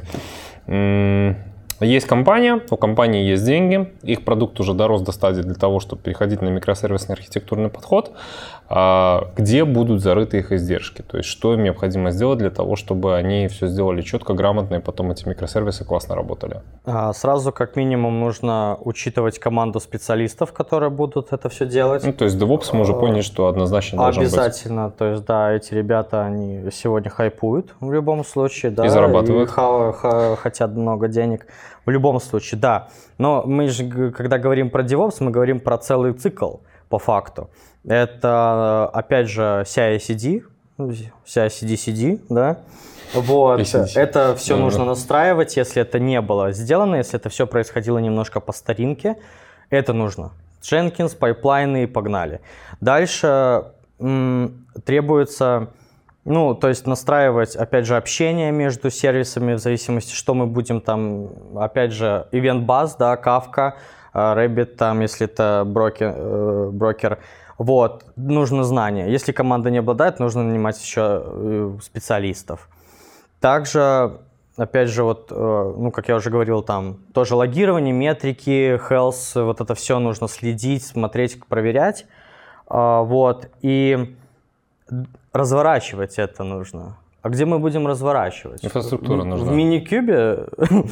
Есть компания, у компании есть деньги, их продукт уже дорос до стадии для того, чтобы переходить на микросервисный архитектурный подход. Где будут зарыты их издержки? То есть что им необходимо сделать для того, чтобы они все сделали четко, грамотно, и потом эти микросервисы классно работали? Сразу как минимум нужно учитывать команду специалистов, которые будут это все делать. Ну, то есть DevOps мы уже поняли, что однозначно должен быть. Обязательно. То есть да, эти ребята, они сегодня хайпуют в любом случае. Да, и зарабатывают. И ха- ха- хотят много денег. В любом случае, да. Но мы же, когда говорим про DevOps, мы говорим про целый цикл по факту. Это, опять же, си ай си ди, си ай си ди, да. Вот. эй си ди си. Это все Да, нужно да. настраивать, если это не было сделано, если это все происходило немножко по старинке, это нужно. Jenkins, пайплайны и погнали. Дальше м, требуется... Ну, то есть настраивать, опять же, общение между сервисами в зависимости, что мы будем там, опять же, Event-Bus, да, Kafka, Rabbit, там, если это брокер, э, брокер. Вот, нужно знание. Если команда не обладает, нужно нанимать еще специалистов. Также, опять же, вот, э, ну, как я уже говорил, там, тоже логирование, метрики, health, вот это все нужно следить, смотреть, проверять. Э, вот, и... разворачивать это нужно. А где мы будем разворачивать? Инфраструктура в, нужна. В мини-кубе?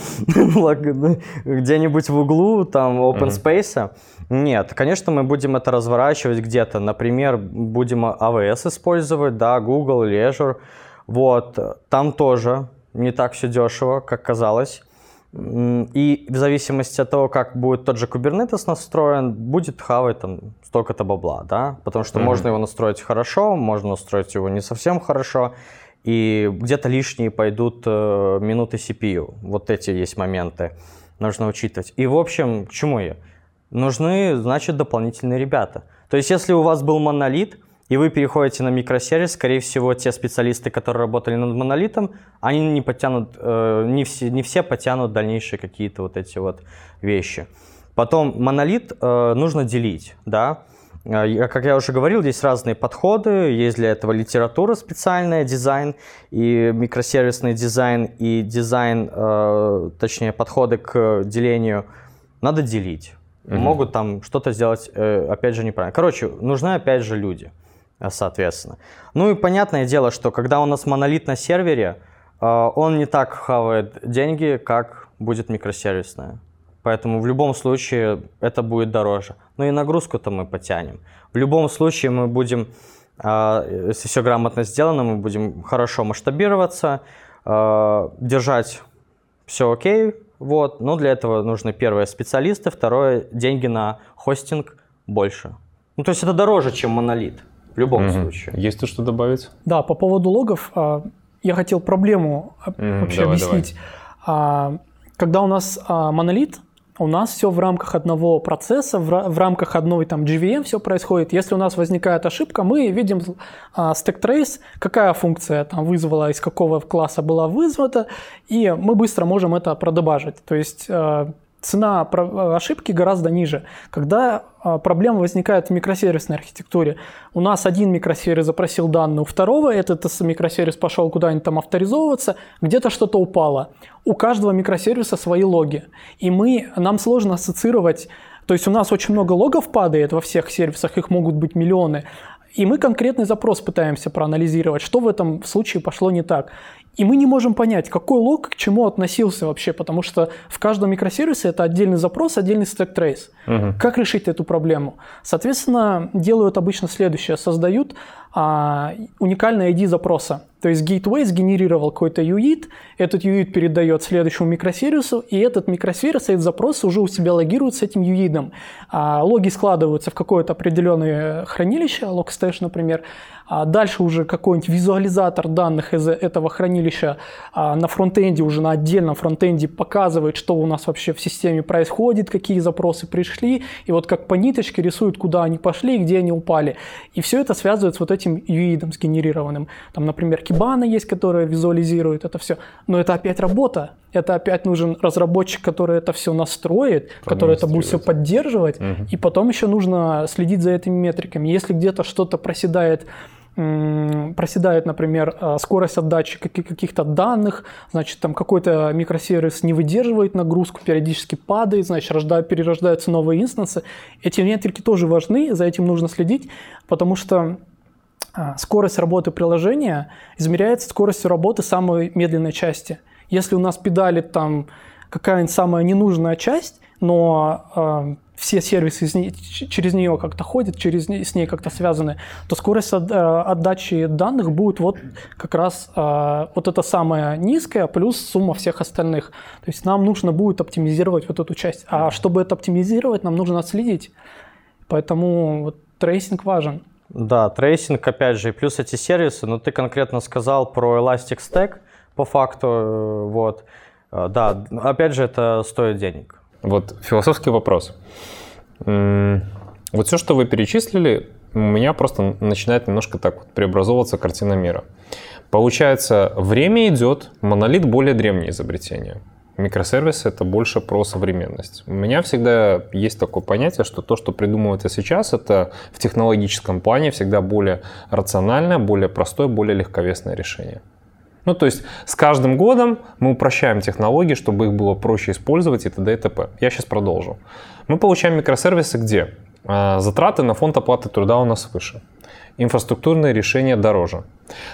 Где-нибудь в углу, там, open space? Нет, конечно, мы будем это разворачивать где-то. Например, будем эй ви эс использовать, да, Google или Azure. Вот, там тоже не так все дешево, как казалось. И в зависимости от того, как будет тот же Kubernetes настроен, будет хавать там столько-то бабла, да, потому что mm-hmm. можно его настроить хорошо, можно настроить его не совсем хорошо, и где-то лишние пойдут э, минуты си пи ю. Вот эти есть моменты, нужно учитывать. И в общем, к чему я? Нужны, значит, дополнительные ребята. То есть, если у вас был монолит, и вы переходите на микросервис, скорее всего, те специалисты, которые работали над монолитом, они не потянут, э, не, все, не все потянут дальнейшие какие-то вот эти вот вещи. Потом монолит э, нужно делить, да. Э, как я уже говорил, есть разные подходы, есть для этого литература специальная, дизайн, и микросервисный дизайн, и дизайн, э, точнее, подходы к делению надо делить. Mm-hmm. Могут там что-то сделать, э, опять же, неправильно. Короче, нужны, опять же, люди. Соответственно. Ну и понятное дело, что когда у нас монолит на сервере, он не так хавает деньги, как будет микросервисная. Поэтому в любом случае это будет дороже. Ну и нагрузку-то мы потянем. В любом случае мы будем, если все грамотно сделано, мы будем хорошо масштабироваться, держать все окей. Вот. Но для этого нужны, первое, специалисты, второе, деньги на хостинг больше. Ну то есть это дороже, чем монолит. В любом mm-hmm. случае. Есть тут что добавить? Да, по поводу логов, я хотел проблему mm-hmm. вообще давай, объяснить. Давай. Когда у нас монолит, у нас все в рамках одного процесса, в рамках одной там джи ви эм все происходит. Если у нас возникает ошибка, мы видим stack trace, какая функция там вызвала, из какого класса была вызвана, и мы быстро можем это продебажить. То есть цена ошибки гораздо ниже. Когда проблема возникает в микросервисной архитектуре, у нас один микросервис запросил данные у второго, этот микросервис пошел куда-нибудь там авторизовываться, где-то что-то упало. У каждого микросервиса свои логи. И мы, нам сложно ассоциировать, то есть у нас очень много логов падает во всех сервисах, их могут быть миллионы, и мы конкретный запрос пытаемся проанализировать, что в этом случае пошло не так. И мы не можем понять, какой лог к чему относился вообще, потому что в каждом микросервисе это отдельный запрос, отдельный stack trace. Угу. Как решить эту проблему? Соответственно, делают обычно следующее. Создают а, уникальный ай ди запроса. То есть gateway сгенерировал какой-то ю ай ди, этот ю ай ди передает следующему микросервису, и этот микросервис, этот запрос уже у себя логирует с этим ю ай ди. А, логи складываются в какое-то определенное хранилище, Logstash, например, А дальше уже какой-нибудь визуализатор данных из этого хранилища а, на фронтенде, уже на отдельном фронтенде показывает, что у нас вообще в системе происходит, какие запросы пришли, и вот как по ниточке рисует, куда они пошли и где они упали. И все это связывает с вот этим ю ай сгенерированным. Там, например, Kibana есть, которая визуализирует это все. Но это опять работа. Это опять нужен разработчик, который это все настроит, который это будет все поддерживать. Угу. И потом еще нужно следить за этими метриками. Если где-то что-то проседает, проседает, например, скорость отдачи каких-то данных, значит, там какой-то микросервис не выдерживает нагрузку, периодически падает, значит, рождают, перерождаются новые инстансы. Эти метрики тоже важны, за этим нужно следить, потому что скорость работы приложения измеряется скоростью работы самой медленной части. Если у нас педали там какая-нибудь самая ненужная часть, но э, все сервисы из ней, через нее как-то ходят, через, с ней как-то связаны, то скорость от, э, отдачи данных будет вот как раз э, вот эта самая низкая плюс сумма всех остальных. То есть нам нужно будет оптимизировать вот эту часть. А чтобы это оптимизировать, нам нужно отследить. Поэтому вот, трейсинг важен. Да, трейсинг, опять же, и плюс эти сервисы. Но ты конкретно сказал про Elastic Stack. По факту, вот, да, опять же, это стоит денег. Вот философский вопрос. Вот все, что вы перечислили, у меня просто начинает немножко так вот преобразовываться картина мира. Получается, время идет, монолит более древнее изобретение. Микросервисы — это больше про современность. У меня всегда есть такое понятие, что то, что придумывается сейчас, это в технологическом плане всегда более рациональное, более простое, более легковесное решение. Ну, то есть с каждым годом мы упрощаем технологии, чтобы их было проще использовать и т.д. и т.п. Я сейчас продолжу. Мы получаем микросервисы где? Затраты на фонд оплаты труда у нас выше. Инфраструктурные решения дороже.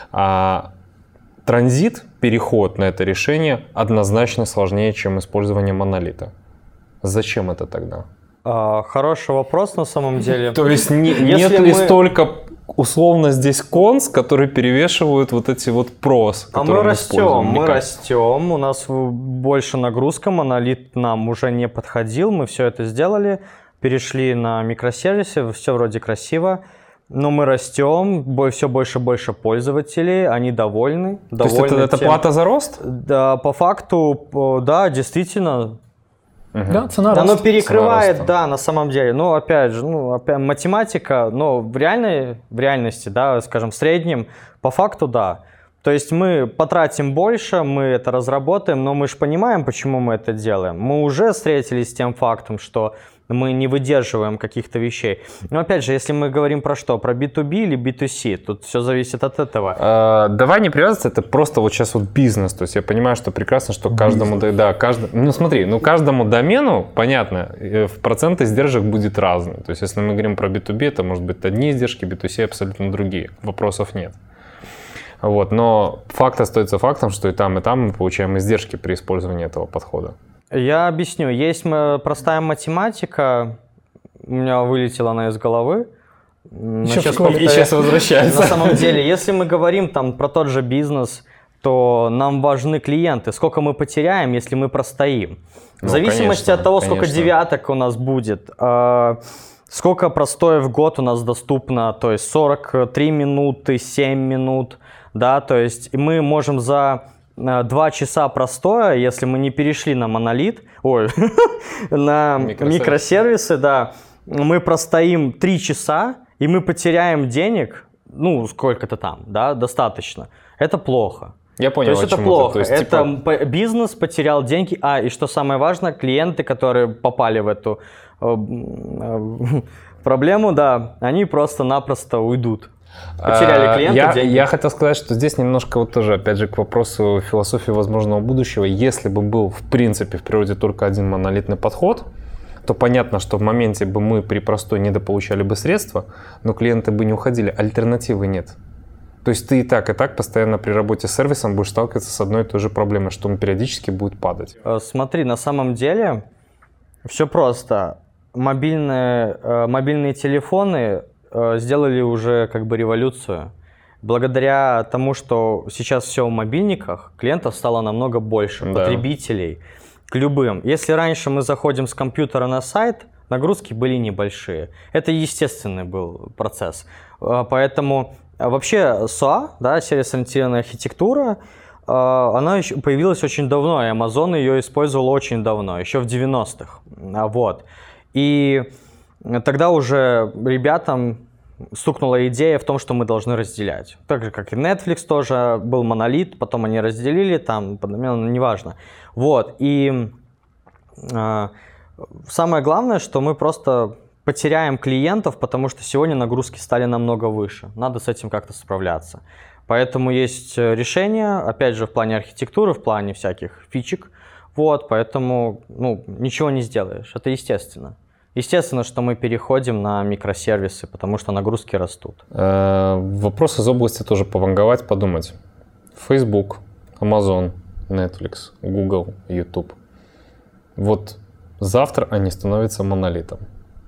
А транзит, переход на это решение однозначно сложнее, чем использование монолита. Зачем это тогда? А, хороший вопрос на самом деле. То есть не, нет ли мы... столько... условно здесь конс, которые перевешивают вот эти вот прос, а мы, мы растем, мы Никак. растем, у нас больше нагрузка, монолит нам уже не подходил, мы все это сделали, перешли на микросервисы, все вроде красиво, но мы растем, все больше и больше пользователей, они довольны. То довольны есть это, это плата за рост? Да, по факту, да, действительно. Угу. Да, цена роста. Оно перекрывает, да, на самом деле. Но опять же, ну, опять, математика, но в реальной, в реальности, да, скажем, в среднем, по факту, да. То есть мы потратим больше, мы это разработаем, но мы же понимаем, почему мы это делаем. Мы уже встретились с тем фактом, что мы не выдерживаем каких-то вещей. Но опять же, если мы говорим про что? Про би ту би или би ту си? Тут все зависит от этого. А, давай не привязываться, это просто вот сейчас вот бизнес. То есть я понимаю, что прекрасно, что каждому, да, да, каждому, ну смотри, ну каждому домену, понятно, в процент издержек будет разный. То есть если мы говорим про би ту би, это может быть одни издержки, би ту си абсолютно другие. Вопросов нет. Вот, но факт остается фактом, что и там, и там мы получаем издержки при использовании этого подхода. Я объясню. Есть простая математика, у меня вылетела она из головы. Сейчас и сейчас возвращается. На самом деле, если мы говорим там про тот же бизнес, то нам важны клиенты. Сколько мы потеряем, если мы простоим? В ну, зависимости конечно, от того, сколько конечно. девяток у нас будет, сколько простоя в год у нас доступно, то есть сорок три минуты, семь минут, да, то есть мы можем за два часа простоя, если мы не перешли на монолит, ой, на микросервисы. микросервисы, да, мы простоим три часа, и мы потеряем денег, ну, сколько-то там, да, достаточно. Это плохо. Я понял, то есть это плохо. То есть, это типа... бизнес потерял деньги, а, и что самое важное, клиенты, которые попали в эту э, э, проблему, да, они просто-напросто уйдут. Потеряли клиента, я, деньги. Я хотел сказать, что здесь немножко вот тоже, опять же, к вопросу философии возможного будущего. Если бы был, в принципе, в природе только один монолитный подход, то понятно, что в моменте бы мы при простой недополучали бы средства, но клиенты бы не уходили, альтернативы нет. То есть ты и так, и так постоянно при работе с сервисом будешь сталкиваться с одной и той же проблемой, что он периодически будет падать. Смотри, на самом деле все просто. Мобильные, мобильные телефоны сделали уже как бы революцию. Благодаря тому, что сейчас все в мобильниках, клиентов стало намного больше, да. Потребителей к любым. Если раньше мы заходим с компьютера на сайт, нагрузки были небольшие. Это естественный был процесс. Поэтому вообще эс о а, да, сервис-ориентированная архитектура, она появилась очень давно, и Amazon ее использовал очень давно, еще в девяностых. Вот. И тогда уже ребятам стукнула идея в том, что мы должны разделять. Так же, как и Netflix тоже был монолит, потом они разделили, там, неважно. Вот. И э, самое главное, что мы просто потеряем клиентов, потому что сегодня нагрузки стали намного выше. Надо с этим как-то справляться. Поэтому есть решение, опять же, в плане архитектуры, в плане всяких фичек. Вот, поэтому ну, ничего не сделаешь. Это естественно. Естественно, что мы переходим на микросервисы, потому что нагрузки растут. Вопрос из области тоже пованговать, подумать. Facebook, Amazon, Netflix, Google, YouTube. Вот завтра они становятся монолитом.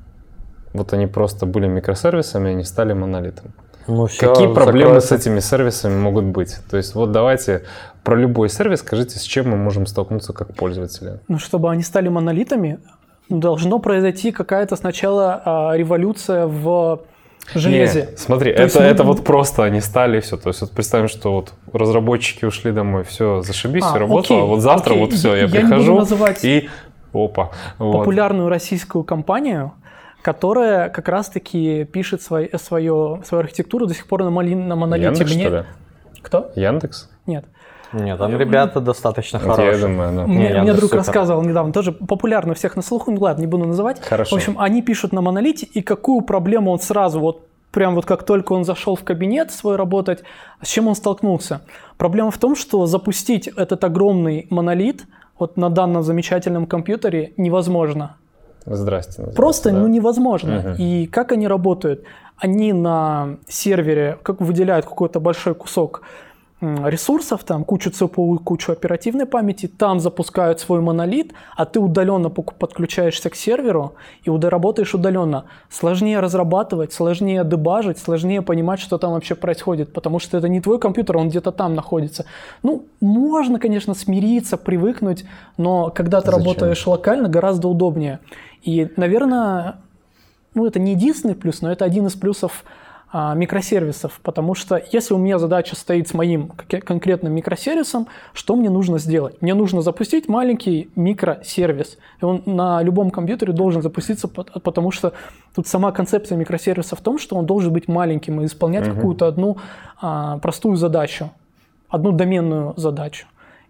Вот они просто были микросервисами, они стали монолитом. Ну, Какие проблемы закроется. с этими сервисами могут быть? То есть вот давайте про любой сервис скажите, с чем мы можем столкнуться как пользователи. Ну, чтобы они стали монолитами, должно произойти какая-то сначала а, революция в железе. Не, смотри, То есть это, мы- это вот просто они стали, все. То есть вот представим, что вот разработчики ушли домой, все, зашибись, А, все работало, окей, а вот завтра окей. вот все, я, Я не буду прихожу называть и опа. Вот. Популярную российскую компанию, которая как раз-таки пишет свой, свое, свою архитектуру до сих пор на, моли- на монолите. Яндекс, Мне- что ли? Кто? Яндекс? Нет. Нет, там ребята достаточно Вот хорошие. я думаю, ну. Мне, мне Яндекс друг супер. рассказывал недавно, тоже популярно у всех на слуху, ну ладно, не буду называть. Хорошо. В общем, они пишут на монолите, и какую проблему он сразу, вот прям вот как только он зашел в кабинет свой работать, с чем он столкнулся? Проблема в том, что запустить этот огромный монолит вот на данном замечательном компьютере невозможно. Здрасте. называется, Просто да. ну, невозможно. Мгм. И как они работают? Они на сервере как выделяют какой-то большой кусок м, ресурсов, там кучу си пи ю, кучу оперативной памяти, там запускают свой монолит, а ты удаленно пок- подключаешься к серверу и уда- работаешь удаленно. Сложнее разрабатывать, сложнее дебажить, сложнее понимать, что там вообще происходит, потому что это не твой компьютер, он где-то там находится. Ну, можно, конечно, смириться, привыкнуть, но когда ты Зачем? работаешь локально, гораздо удобнее. И, наверное, ну, это не единственный плюс, но это один из плюсов а, микросервисов, потому что если у меня задача стоит с моим к- конкретным микросервисом, что мне нужно сделать? Мне нужно запустить маленький микросервис, и он на любом компьютере должен запуститься, пот- потому что тут сама концепция микросервиса в том, что он должен быть маленьким и исполнять Мгм. какую-то одну а, простую задачу, одну доменную задачу.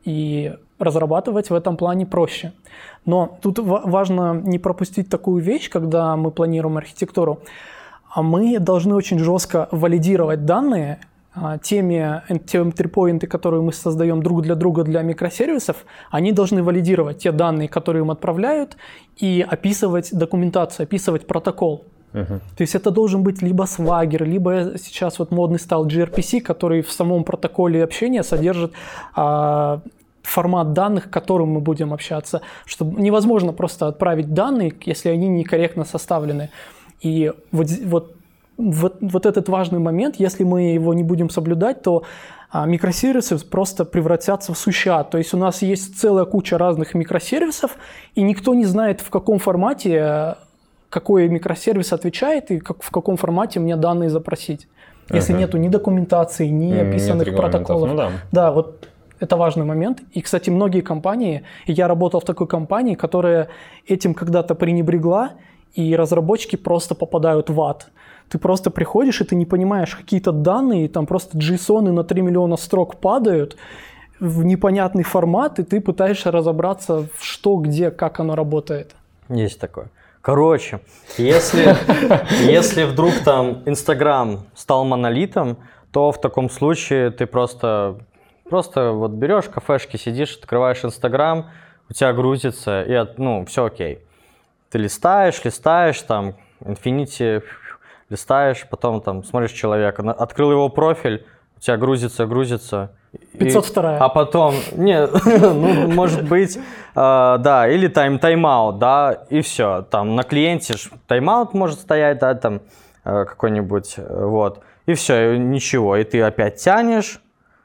И разрабатывать в этом плане проще. Но тут ва- важно не пропустить такую вещь, когда мы планируем архитектуру. А мы должны очень жестко валидировать данные а, теми, те энтри-поинты, которые мы создаем друг для друга для микросервисов, они должны валидировать те данные, которые им отправляют, и описывать документацию, описывать протокол. Мгм. То есть это должен быть либо Swagger, либо сейчас вот модный стал джи ар пи си, который в самом протоколе общения содержит а, формат данных, к которым мы будем общаться. Чтобы невозможно просто отправить данные, если они некорректно составлены. И вот, з- вот, вот, вот этот важный момент, если мы его не будем соблюдать, то а, микросервисы просто превратятся в сущий ад. То есть у нас есть целая куча разных микросервисов, и никто не знает, в каком формате э, какой микросервис отвечает и как, в каком формате мне данные запросить. Если Ага. нету ни документации, ни М, описанных нет регламентов. протоколов. Ну да. Да, вот это важный момент. И, кстати, многие компании, и я работал в такой компании, которая этим когда-то пренебрегла, и разработчики просто попадают в ад. Ты просто приходишь, и ты не понимаешь какие-то данные, и там просто джейсоны на три миллиона строк падают в непонятный формат, и ты пытаешься разобраться, в что, где, как оно работает. Есть такое. Короче, если, если вдруг там Инстаграм стал монолитом, то в таком случае ты просто, просто вот берешь кафешки, сидишь, открываешь Инстаграм, у тебя грузится, и от- ну, все окей. Ты листаешь, листаешь, там, Infinity, листаешь, потом там смотришь человека, на- открыл его профиль, у тебя грузится, грузится. и- пятьсот вторая. А потом, не, ну, может быть, э, да, или тайм, тайм-аут, да, и все. Там на клиенте ж тайм-аут может стоять, да, там э, какой-нибудь, э, вот. И все, ничего, и ты опять тянешь,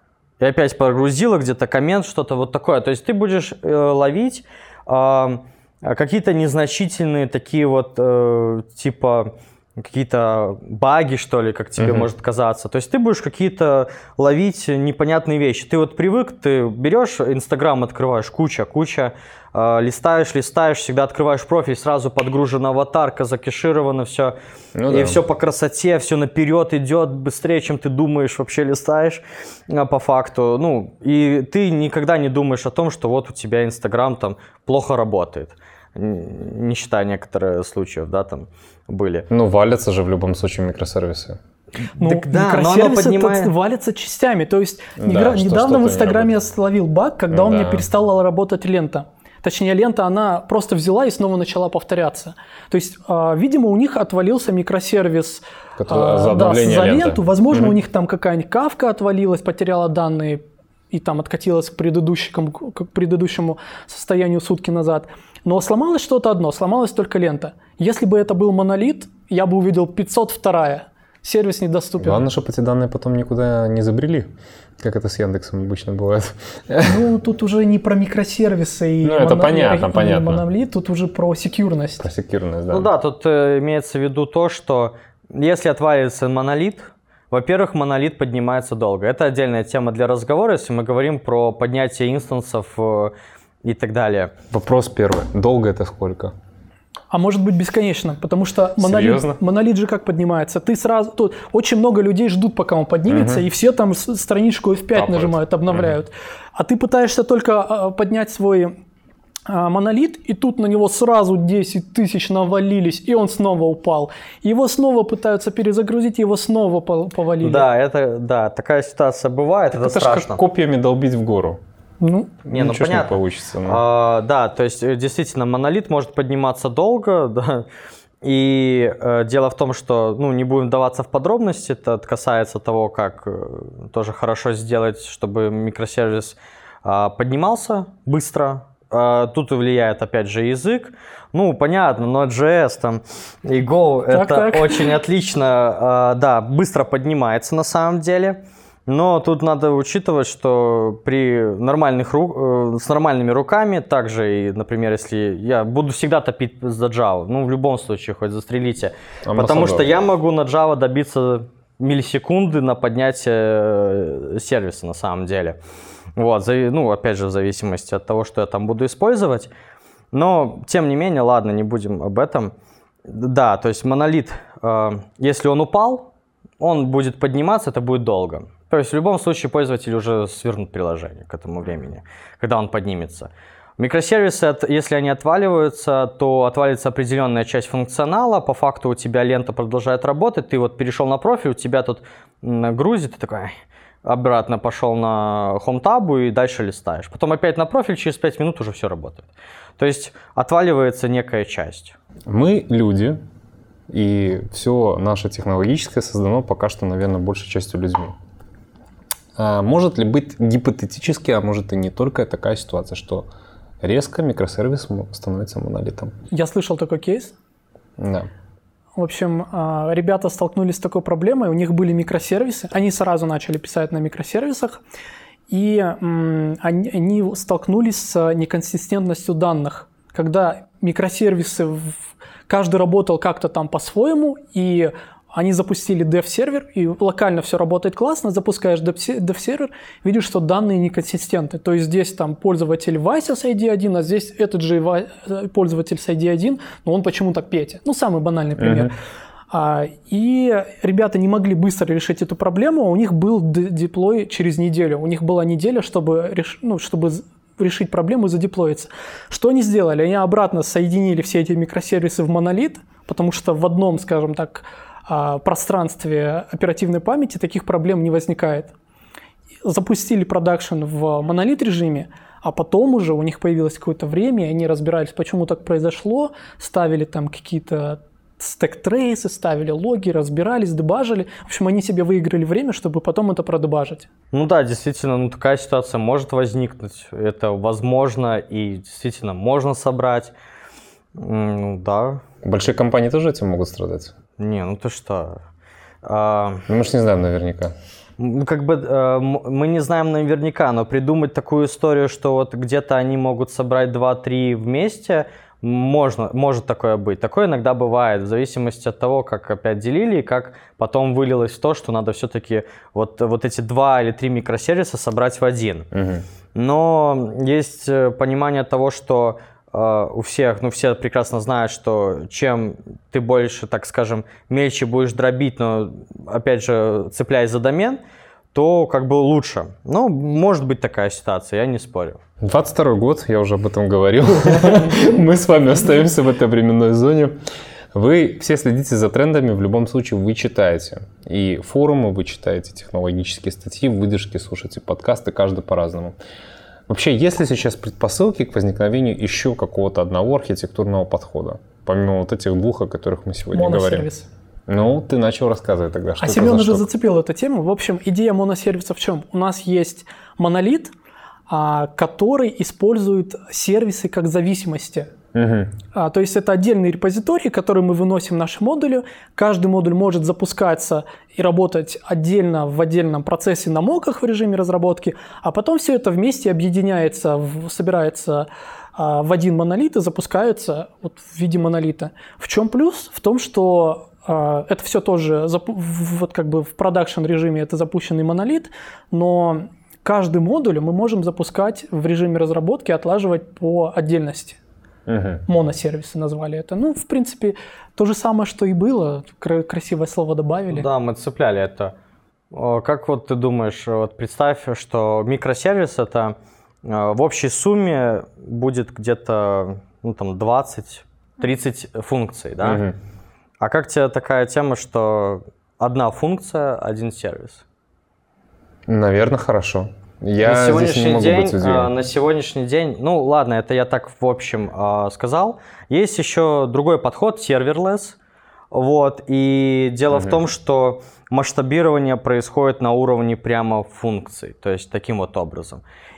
и опять прогрузила где-то коммент, что-то вот такое. То есть ты будешь э, ловить э, какие-то незначительные такие вот, э, типа, какие-то баги, что ли, как тебе uh-huh. может казаться. То есть ты будешь какие-то ловить непонятные вещи. Ты вот привык, ты берешь Инстаграм, открываешь, куча, куча, э, листаешь, листаешь, всегда открываешь профиль, сразу подгружена аватарка, закешировано все, ну, и да. все по красоте, все наперед идет быстрее, чем ты думаешь, вообще листаешь э, по факту. Ну, и ты никогда не думаешь о том, что вот у тебя Инстаграм там плохо работает. Не считая некоторых случаев, да, там были. Ну, валятся же в любом случае микросервисы. Ну, так, да, микросервисы поднимает... валятся частями. То есть да, негра... что, недавно в Инстаграме не я словил баг, когда ну, у меня да. перестала работать лента. Точнее, лента, она просто взяла и снова начала повторяться. То есть, э, видимо, у них отвалился микросервис э, за, да, за ленту. Возможно, mm-hmm. у них там какая-нибудь кавка отвалилась, потеряла данные и там откатилась к предыдущему, к предыдущему состоянию сутки назад. Но сломалось что-то одно, сломалась только лента. Если бы это был монолит, я бы увидел пятьсот два. Сервис недоступен. Главное, чтобы эти данные потом никуда не забрели, как это с Яндексом обычно бывает. Ну, тут уже не про микросервисы и, ну, это моно... понятно, и понятно. монолит, тут уже про секьюрность. Про секьюрность, да. Ну да, тут э, имеется в виду то, что если отвалится монолит, во-первых, монолит поднимается долго. Это отдельная тема для разговора, если мы говорим про поднятие инстансов э, и так далее. Вопрос первый. Долго это сколько? А может быть бесконечно, потому что монолит, монолит же как поднимается. Ты сразу, тут очень много людей ждут, пока он поднимется, uh-huh. и все там страничку эф пять Тапает. Нажимают, обновляют. Uh-huh. А ты пытаешься только поднять свой а, монолит, и тут на него сразу десять тысяч навалились, и он снова упал. Его снова пытаются перезагрузить, его снова повалили. Да, это, да, такая ситуация бывает, это, это страшно. Это как копьями долбить в гору. Ну, не, ну понятно. Не получится. Ну. А, да, то есть действительно монолит может подниматься долго, да, и э, дело в том, что, ну, не будем вдаваться в подробности, это касается того, как э, тоже хорошо сделать, чтобы микросервис э, поднимался быстро. Э, тут и влияет, опять же, язык. Ну, понятно, Node.js там и Go, так, это так. очень отлично, э, да, быстро поднимается на самом деле. Но тут надо учитывать, что при нормальных ру... с нормальными руками, также и, например, если я буду всегда топить за Java, ну, в любом случае, хоть застрелите, а потому что я могу на Java добиться миллисекунды на поднятие сервиса на самом деле. Вот, ну, опять же, в зависимости от того, что я там буду использовать. Но, тем не менее, ладно, не будем об этом. Да, то есть монолит, если он упал, он будет подниматься, это будет долго. То есть в любом случае пользователь уже свернут приложение к этому времени, когда он поднимется. Микросервисы, если они отваливаются, то отвалится определенная часть функционала. По факту у тебя лента продолжает работать. Ты вот перешел на профиль, у тебя тут грузит, ты такой обратно пошел на Home-табу и дальше листаешь. Потом опять на профиль, через пять минут уже все работает. То есть отваливается некая часть. Мы люди, и все наше технологическое создано пока что, наверное, большей частью людьми. А может ли быть гипотетически, а может и не только такая ситуация, что резко микросервис становится монолитом? Я слышал такой кейс. Да. В общем, ребята столкнулись с такой проблемой, у них были микросервисы, они сразу начали писать на микросервисах, и они столкнулись с неконсистентностью данных, когда микросервисы, каждый работал как-то там по-своему, и они запустили dev-сервер, и локально все работает классно, запускаешь dev-сервер, видишь, что данные неконсистентны. То есть здесь там пользователь Вася с ай ди один, а здесь этот же пользователь с ай ди один, но он почему-то Петя. Ну, самый банальный пример. Uh-huh. А, и ребята не могли быстро решить эту проблему, у них был деплой через неделю. У них была неделя, чтобы, реш... ну, чтобы решить проблему и задеплоиться. Что они сделали? Они обратно соединили все эти микросервисы в монолит, потому что в одном, скажем так, пространстве оперативной памяти таких проблем не возникает. Запустили продакшн в монолит режиме, а потом уже у них появилось какое-то время, и они разбирались, почему так произошло, ставили там какие-то стэк-трейсы, ставили логи, разбирались, дебажили. В общем, они себе выиграли время, чтобы потом это продебажить. Ну да, действительно, ну, такая ситуация может возникнуть. Это возможно и действительно можно собрать. Ну да. Большие компании тоже этим могут страдать? Не, ну ты что? А... Ну, мы же не знаем наверняка. Ну, как бы э, мы не знаем наверняка, но придумать такую историю, что вот где-то они могут собрать два-три вместе, можно, может такое быть. Такое иногда бывает, в зависимости от того, как опять делили, и как потом вылилось в то, что надо все-таки вот, вот эти два или три микросервиса собрать в один. Угу. Но есть понимание того, что э, у всех, ну все прекрасно знают, что чем ты больше, так скажем, мельче будешь дробить, но опять же цепляясь за домен, то как бы лучше. Ну, может быть такая ситуация, я не спорю. двадцать второй год, я уже об этом говорил. Мы с вами остаемся в этой временной зоне. Вы все следите за трендами, в любом случае вы читаете. И форумы вы читаете, технологические статьи, выдержки, слушаете подкасты, каждый по-разному. Вообще, есть ли сейчас предпосылки к возникновению еще какого-то одного архитектурного подхода? Помимо вот этих двух, о которых мы сегодня говорим. Моносервис. Ну, ты начал рассказывать тогда, что а это Семен за уже штука? зацепил эту тему. В общем, идея моносервиса в чем? У нас есть монолит, а, который использует сервисы как зависимости. Угу. А, то есть это отдельный репозиторий, который мы выносим в наши модули. Каждый модуль может запускаться и работать отдельно в отдельном процессе на моках в режиме разработки, а потом все это вместе объединяется, в, собирается а, в один монолит и запускается вот в виде монолита. В чем плюс? В том, что а, это все тоже запу- вот как бы в продакшн режиме это запущенный монолит, но каждый модуль мы можем запускать в режиме разработки, отлаживать по отдельности. Угу. Моносервисы назвали это. Ну, в принципе, то же самое, что и было. Красивое слово добавили. Да, мы цепляли это. Как вот ты думаешь, вот представь, что микросервис это в общей сумме будет где-то ну, там двадцать-тридцать функций, да? Угу. А как тебе такая тема, что одна функция, один сервис? Наверное, хорошо. Я на сегодняшний здесь не могу день, быть уверен. На сегодняшний день, ну ладно, это я так в общем э, сказал. Есть еще другой подход, serverless. Вот, и дело угу. в том, что масштабирование происходит на уровне прямо функций, то есть таким вот образом.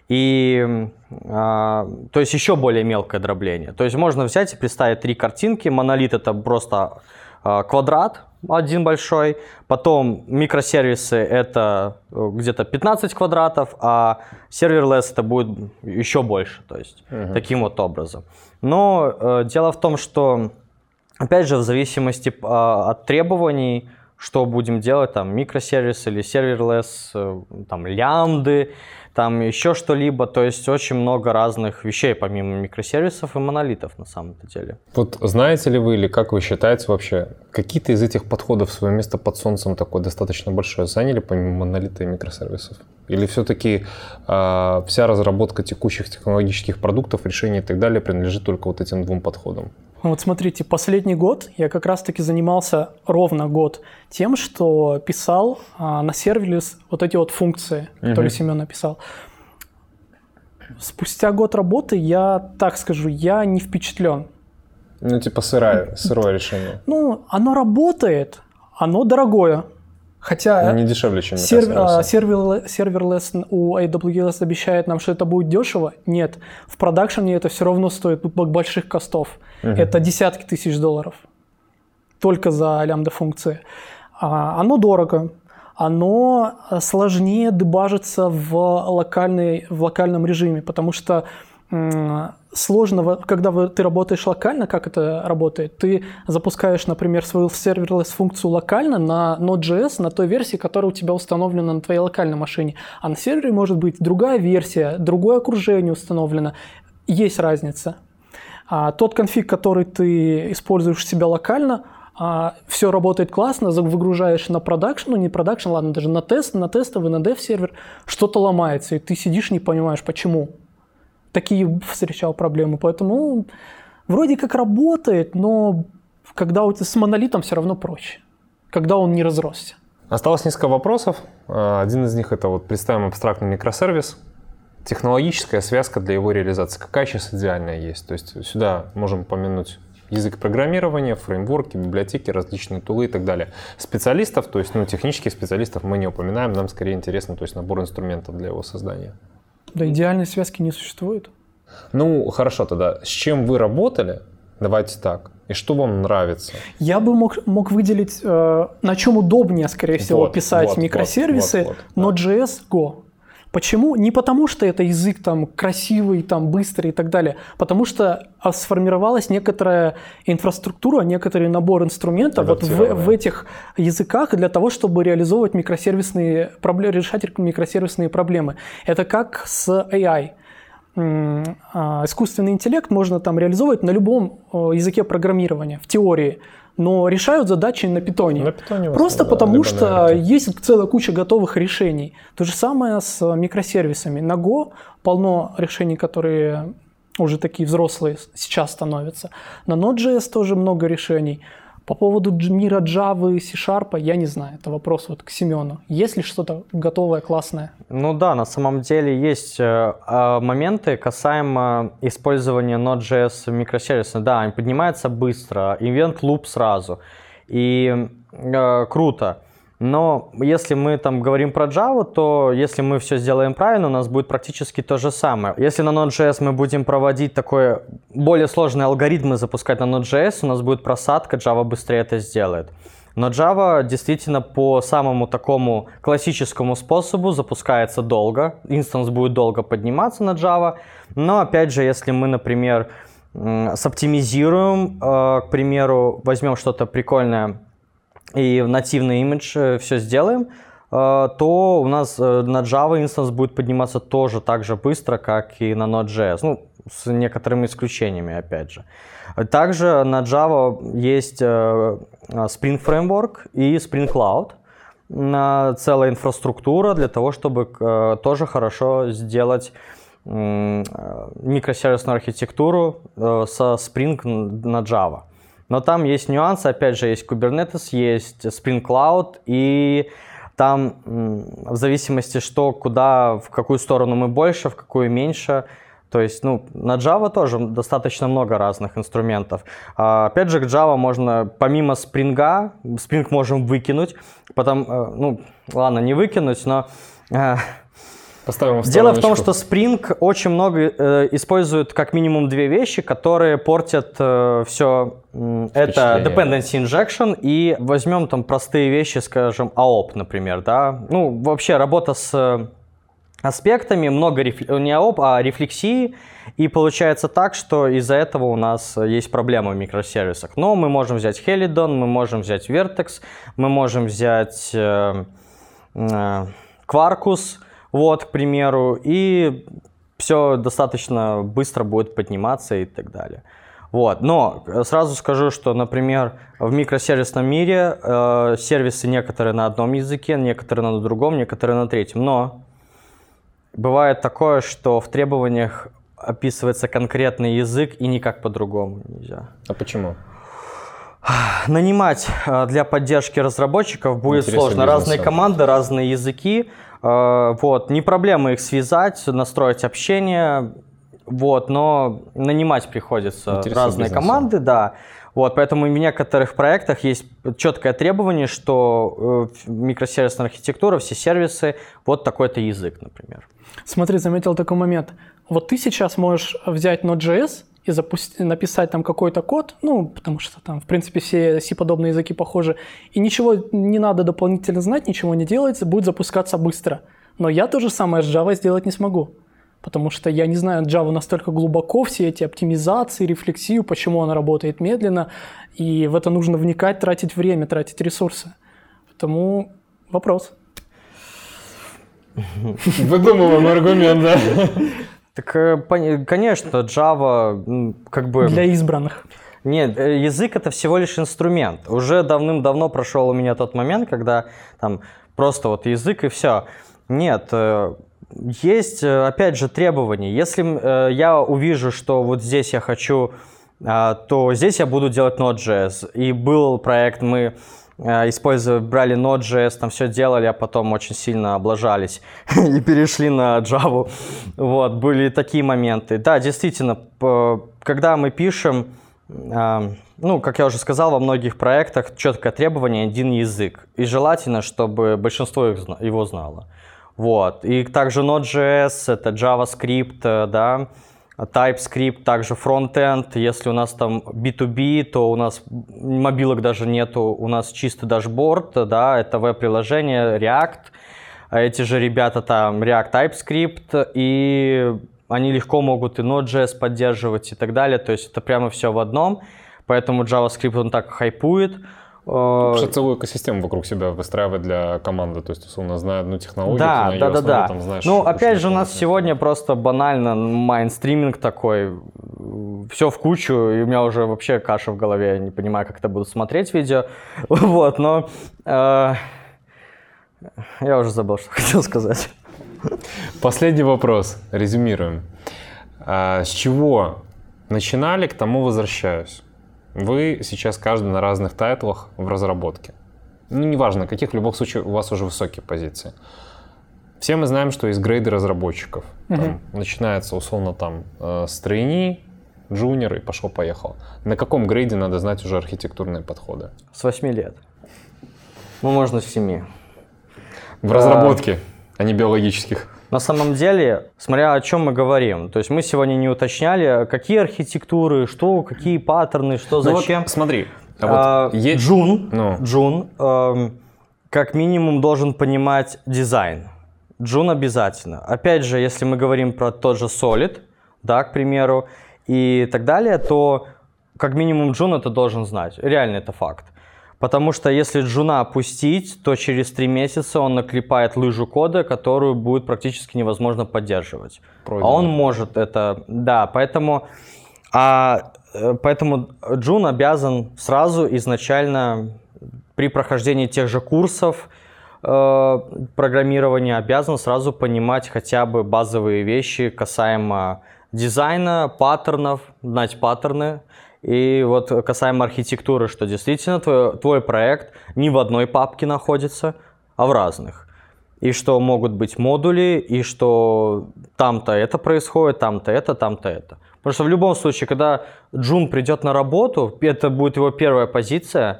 И, э, то есть еще более мелкое дробление. То есть можно взять и представить три картинки. Монолит это просто э, квадрат, один большой, потом микросервисы это где-то пятнадцать квадратов, а serverless это будет еще больше, то есть uh-huh. таким вот образом. Но э, дело в том, что опять же в зависимости э, от требований, что будем делать, там микросервис или serverless, э, там лямбды, там еще что-либо, то есть очень много разных вещей, помимо микросервисов и монолитов на самом-то деле. Вот знаете ли вы, или как вы считаете вообще, какие-то из этих подходов свое место под солнцем такое достаточно большое заняли, помимо монолита и микросервисов? Или все-таки э, вся разработка текущих технологических продуктов, решений и так далее принадлежит только вот этим двум подходам? Вот смотрите, последний год я как раз-таки занимался ровно год тем, что писал а, на сервис вот эти вот функции, uh-huh. которые Семен написал. Спустя год работы я, так скажу, я не впечатлен. Ну, типа сырое, сырое решение. Ну, оно работает, оно дорогое. Хотя не дешевле, чем сервер, сервер, серверлесс у эй дабл ю эс обещает нам, что это будет дешево. Нет, в продакшене это все равно стоит больших костов. Угу. Это десятки тысяч долларов. Только за лямбда-функции. А, оно дорого. Оно сложнее дебажится в, локальной, в локальном режиме, потому что м- сложно, когда вы, ты работаешь локально, как это работает? Ты запускаешь, например, свою serverless-функцию локально на Node.js, на той версии, которая у тебя установлена на твоей локальной машине. А на сервере может быть другая версия, другое окружение установлено. Есть разница. А тот конфиг, который ты используешь у себя локально, а, все работает классно, выгружаешь на продакшн, ну не продакшн, ладно, даже на тест, на тестовый, на dev-сервер, что-то ломается, и ты сидишь не понимаешь, почему. Такие встречал проблемы, поэтому вроде как работает, но когда у тебя с монолитом все равно проще, когда он не разросся. Осталось несколько вопросов. Один из них это вот представим абстрактный микросервис. Технологическая связка для его реализации. Какая сейчас идеальная есть? То есть сюда можем упомянуть язык программирования, фреймворки, библиотеки, различные тулы и так далее. Специалистов, то есть ну, технических специалистов мы не упоминаем, нам скорее интересно то есть, набор инструментов для его создания. Да, идеальной связки не существует. Ну, хорошо тогда. С чем вы работали? Давайте так. И что вам нравится? Я бы мог, мог выделить, э, на чем удобнее, скорее всего, вот, писать вот, микросервисы, вот, вот, вот, Node.js, Go. Почему? Не потому, что это язык там красивый, там быстрый и так далее, потому что сформировалась некоторая инфраструктура, некоторый набор инструментов вот в, в этих языках для того, чтобы реализовывать микросервисные проблемы, решать микросервисные проблемы. Это как с эй ай. Искусственный интеллект можно там реализовывать на любом языке программирования, в теории, но решают задачи на питоне. На питоне Просто да, потому, что на есть целая куча готовых решений. То же самое с микросервисами. На Go полно решений, которые уже такие взрослые сейчас становятся. На Node.js тоже много решений. По поводу мира Java и C-Sharp я не знаю. Это вопрос вот к Семену. Есть ли что-то готовое, классное? Ну да, на самом деле есть э, моменты касаемо использования Node.js в микросервисы. Да, они поднимаются быстро, event loop сразу. И э, круто. Но если мы там говорим про Java, то если мы все сделаем правильно, у нас будет практически то же самое. Если на Node.js мы будем проводить такой более сложные алгоритмы, запускать на Node.js, у нас будет просадка, Java быстрее это сделает. Но Java действительно по самому такому классическому способу запускается долго, инстанс будет долго подниматься на Java. Но опять же, если мы, например, соптимизируем, к примеру, возьмем что-то прикольное, и в нативный имидж все сделаем, то у нас на Java инстанс будет подниматься тоже так же быстро, как и на Node.js. Ну, с некоторыми исключениями, опять же. Также на Java есть Spring Framework и Spring Cloud. Целая инфраструктура для того, чтобы тоже хорошо сделать микросервисную архитектуру со Spring на Java. Но там есть нюансы, опять же, есть Kubernetes, есть Spring Cloud, и там в зависимости, что, куда, в какую сторону мы больше, в какую меньше. То есть, ну, на Java тоже достаточно много разных инструментов. А, опять же, к Java можно, помимо Spring, Spring можем выкинуть, потом, ну, ладно, не выкинуть, но... Поставим в Дело в том, что Spring очень много э, использует как минимум две вещи, которые портят э, все. Э, это dependency injection и возьмем там простые вещи, скажем, эй о пи, например, да. Ну, вообще работа с аспектами, много реф... не эй о пи, а рефлексии. И получается так, что из-за этого у нас есть проблемы в микросервисах. Но мы можем взять Helidon, мы можем взять Vertex, мы можем взять э, э, Quarkus, вот, к примеру, и все достаточно быстро будет подниматься и так далее. Вот. Но сразу скажу, что, например, в микросервисном мире э, сервисы некоторые на одном языке, некоторые на другом, некоторые на третьем. Но бывает такое, что в требованиях описывается конкретный язык и никак по-другому нельзя. А почему? Нанимать для поддержки разработчиков будет Интересный сложно. бизнес, Разные да. команды, разные языки. Вот. Не проблема их связать, настроить общение, вот, но нанимать приходится Интересный разные бизнес, команды, да. Вот, поэтому в некоторых проектах есть четкое требование, что микросервисная архитектура, все сервисы, вот такой-то язык, например. Смотри, заметил такой момент. Вот ты сейчас можешь взять Node.js и запусти, написать там какой-то код, ну, потому что там, в принципе, все C-подобные языки похожи, и ничего не надо дополнительно знать, ничего не делается, будет запускаться быстро. Но я то же самое с Java сделать не смогу, потому что я не знаю Java настолько глубоко, все эти оптимизации, рефлексию, почему она работает медленно, и в это нужно вникать, тратить время, тратить ресурсы. Потому вопрос. Выдумываем аргумент, да? Так, конечно, Java как бы... Для избранных. Нет, язык — это всего лишь инструмент. Уже давным-давно прошел у меня тот момент, когда там просто вот язык и все. Нет, есть, опять же, требования. Если я увижу, что вот здесь я хочу, то здесь я буду делать Node.js. И был проект, мы... использовали, брали Node.js, там все делали, а потом очень сильно облажались и перешли на Java. Вот, были такие моменты. Да, действительно, когда мы пишем, ну, как я уже сказал, во многих проектах четкое требование — один язык. И желательно, чтобы большинство его знало. Вот. И также Node.js — это JavaScript, да, TypeScript, также фронтенд. Если у нас там би ту би, то у нас мобилок даже нету, у нас чистый дашборд, да, это веб-приложение, React. а эти же ребята там React, TypeScript, и они легко могут и Node.js поддерживать и так далее, то есть это прямо все в одном, поэтому JavaScript он так хайпует. Потому что целую экосистему вокруг себя выстраивать для команды, то есть условно зная одну технологию, да, ты на да, ее да, основе да. там знаешь. Ну, опять же, у нас понятно. сегодня просто банально майнстриминг такой, все в кучу, и у меня уже вообще каша в голове, я не понимаю, как это буду смотреть видео, вот, но э, я уже забыл, что хотел сказать. Последний вопрос, резюмируем. А, с чего начинали, к тому возвращаюсь. Вы сейчас каждый на разных тайтлах в разработке. Ну, неважно, каких, в любом случае у вас уже высокие позиции. Все мы знаем, что есть грейды разработчиков. Там Мгм. начинается условно там э, с трейни, джуниор и пошло-поехало. На каком грейде надо знать уже архитектурные подходы? С восьми лет. Ну, можно с семи. В разработке, а не биологических. На самом деле, смотря о чем мы говорим, то есть мы сегодня не уточняли, какие архитектуры, что, какие паттерны, что, Ну вот зачем. смотри, а А, вот е- Джун, Ну. Джун эм, как минимум должен понимать дизайн. Джун обязательно. Опять же, если мы говорим про тот же Solid, да, к примеру, и так далее, то как минимум Джун это должен знать. Реально это факт. Потому что если Джуна опустить, то через три месяца он наклепает лыжу кода, которую будет практически невозможно поддерживать. Пройдено. А он может это... Да, поэтому... А, э, поэтому Джун обязан сразу изначально при прохождении тех же курсов э, программирования обязан сразу понимать хотя бы базовые вещи касаемо дизайна, паттернов, знать паттерны. И вот касаемо архитектуры, что действительно твой, твой проект не в одной папке находится, а в разных. И что могут быть модули, и что там-то это происходит, там-то это, там-то это. Потому что в любом случае, когда Джун придет на работу, это будет его первая позиция,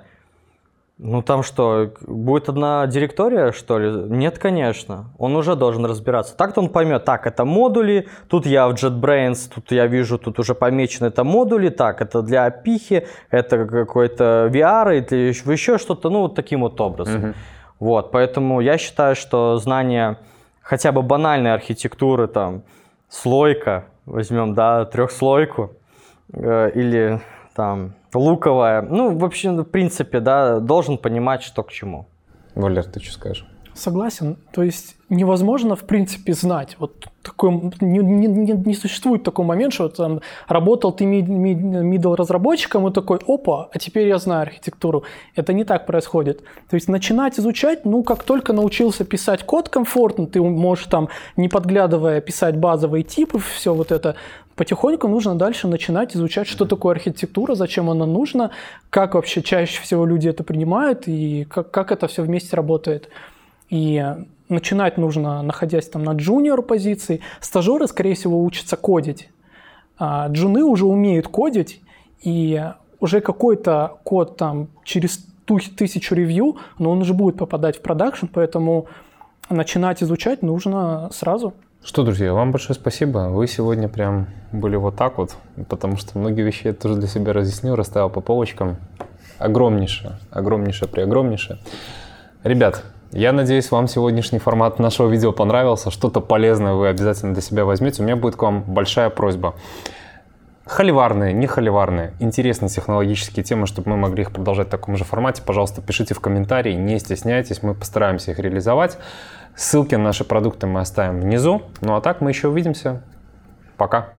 ну там что, будет одна директория, что ли? Нет, конечно. Он уже должен разбираться. Так-то он поймет, так, это модули, тут я в JetBrains, тут я вижу, тут уже помечено это модули, так, это для опихи, это какой-то ви ар, или еще, еще что-то, ну, вот таким вот образом. Мгм. Вот, поэтому я считаю, что знание хотя бы банальной архитектуры, там, слойка, возьмем, да, трехслойку, э, или там луковая, ну, в общем, в принципе, да, должен понимать, что к чему. Валер, ты что скажешь? Согласен. То есть невозможно, в принципе, знать. Вот такой, не, не, не, не существует такой момент, что там работал ты middle разработчиком и такой, опа, а теперь я знаю архитектуру. Это не так происходит. То есть начинать изучать, ну, как только научился писать код комфортно, ты можешь там, не подглядывая, писать базовые типы, все вот это, потихоньку нужно дальше начинать изучать, что такое архитектура, зачем она нужна, как вообще чаще всего люди это принимают и как, как это все вместе работает. И начинать нужно, находясь там на джуниор позиции. Стажеры, скорее всего, учатся кодить. А джуны уже умеют кодить, и уже какой-то код там через ту тысячу ревью, но он уже будет попадать в продакшн, поэтому начинать изучать нужно сразу. Что, друзья, вам большое спасибо. Вы сегодня прям были вот так вот, потому что многие вещи я тоже для себя разъяснил, расставил по полочкам. Огромнейшее, огромнейшее, преогромнейшее. Ребят, я надеюсь, вам сегодняшний формат нашего видео понравился. Что-то полезное вы обязательно для себя возьмете. У меня будет к вам большая просьба. Холиварные, не холиварные, интересные технологические темы, чтобы мы могли их продолжать в таком же формате, пожалуйста, пишите в комментарии, не стесняйтесь, мы постараемся их реализовать. Ссылки на наши продукты мы оставим внизу. Ну а так мы еще увидимся. Пока.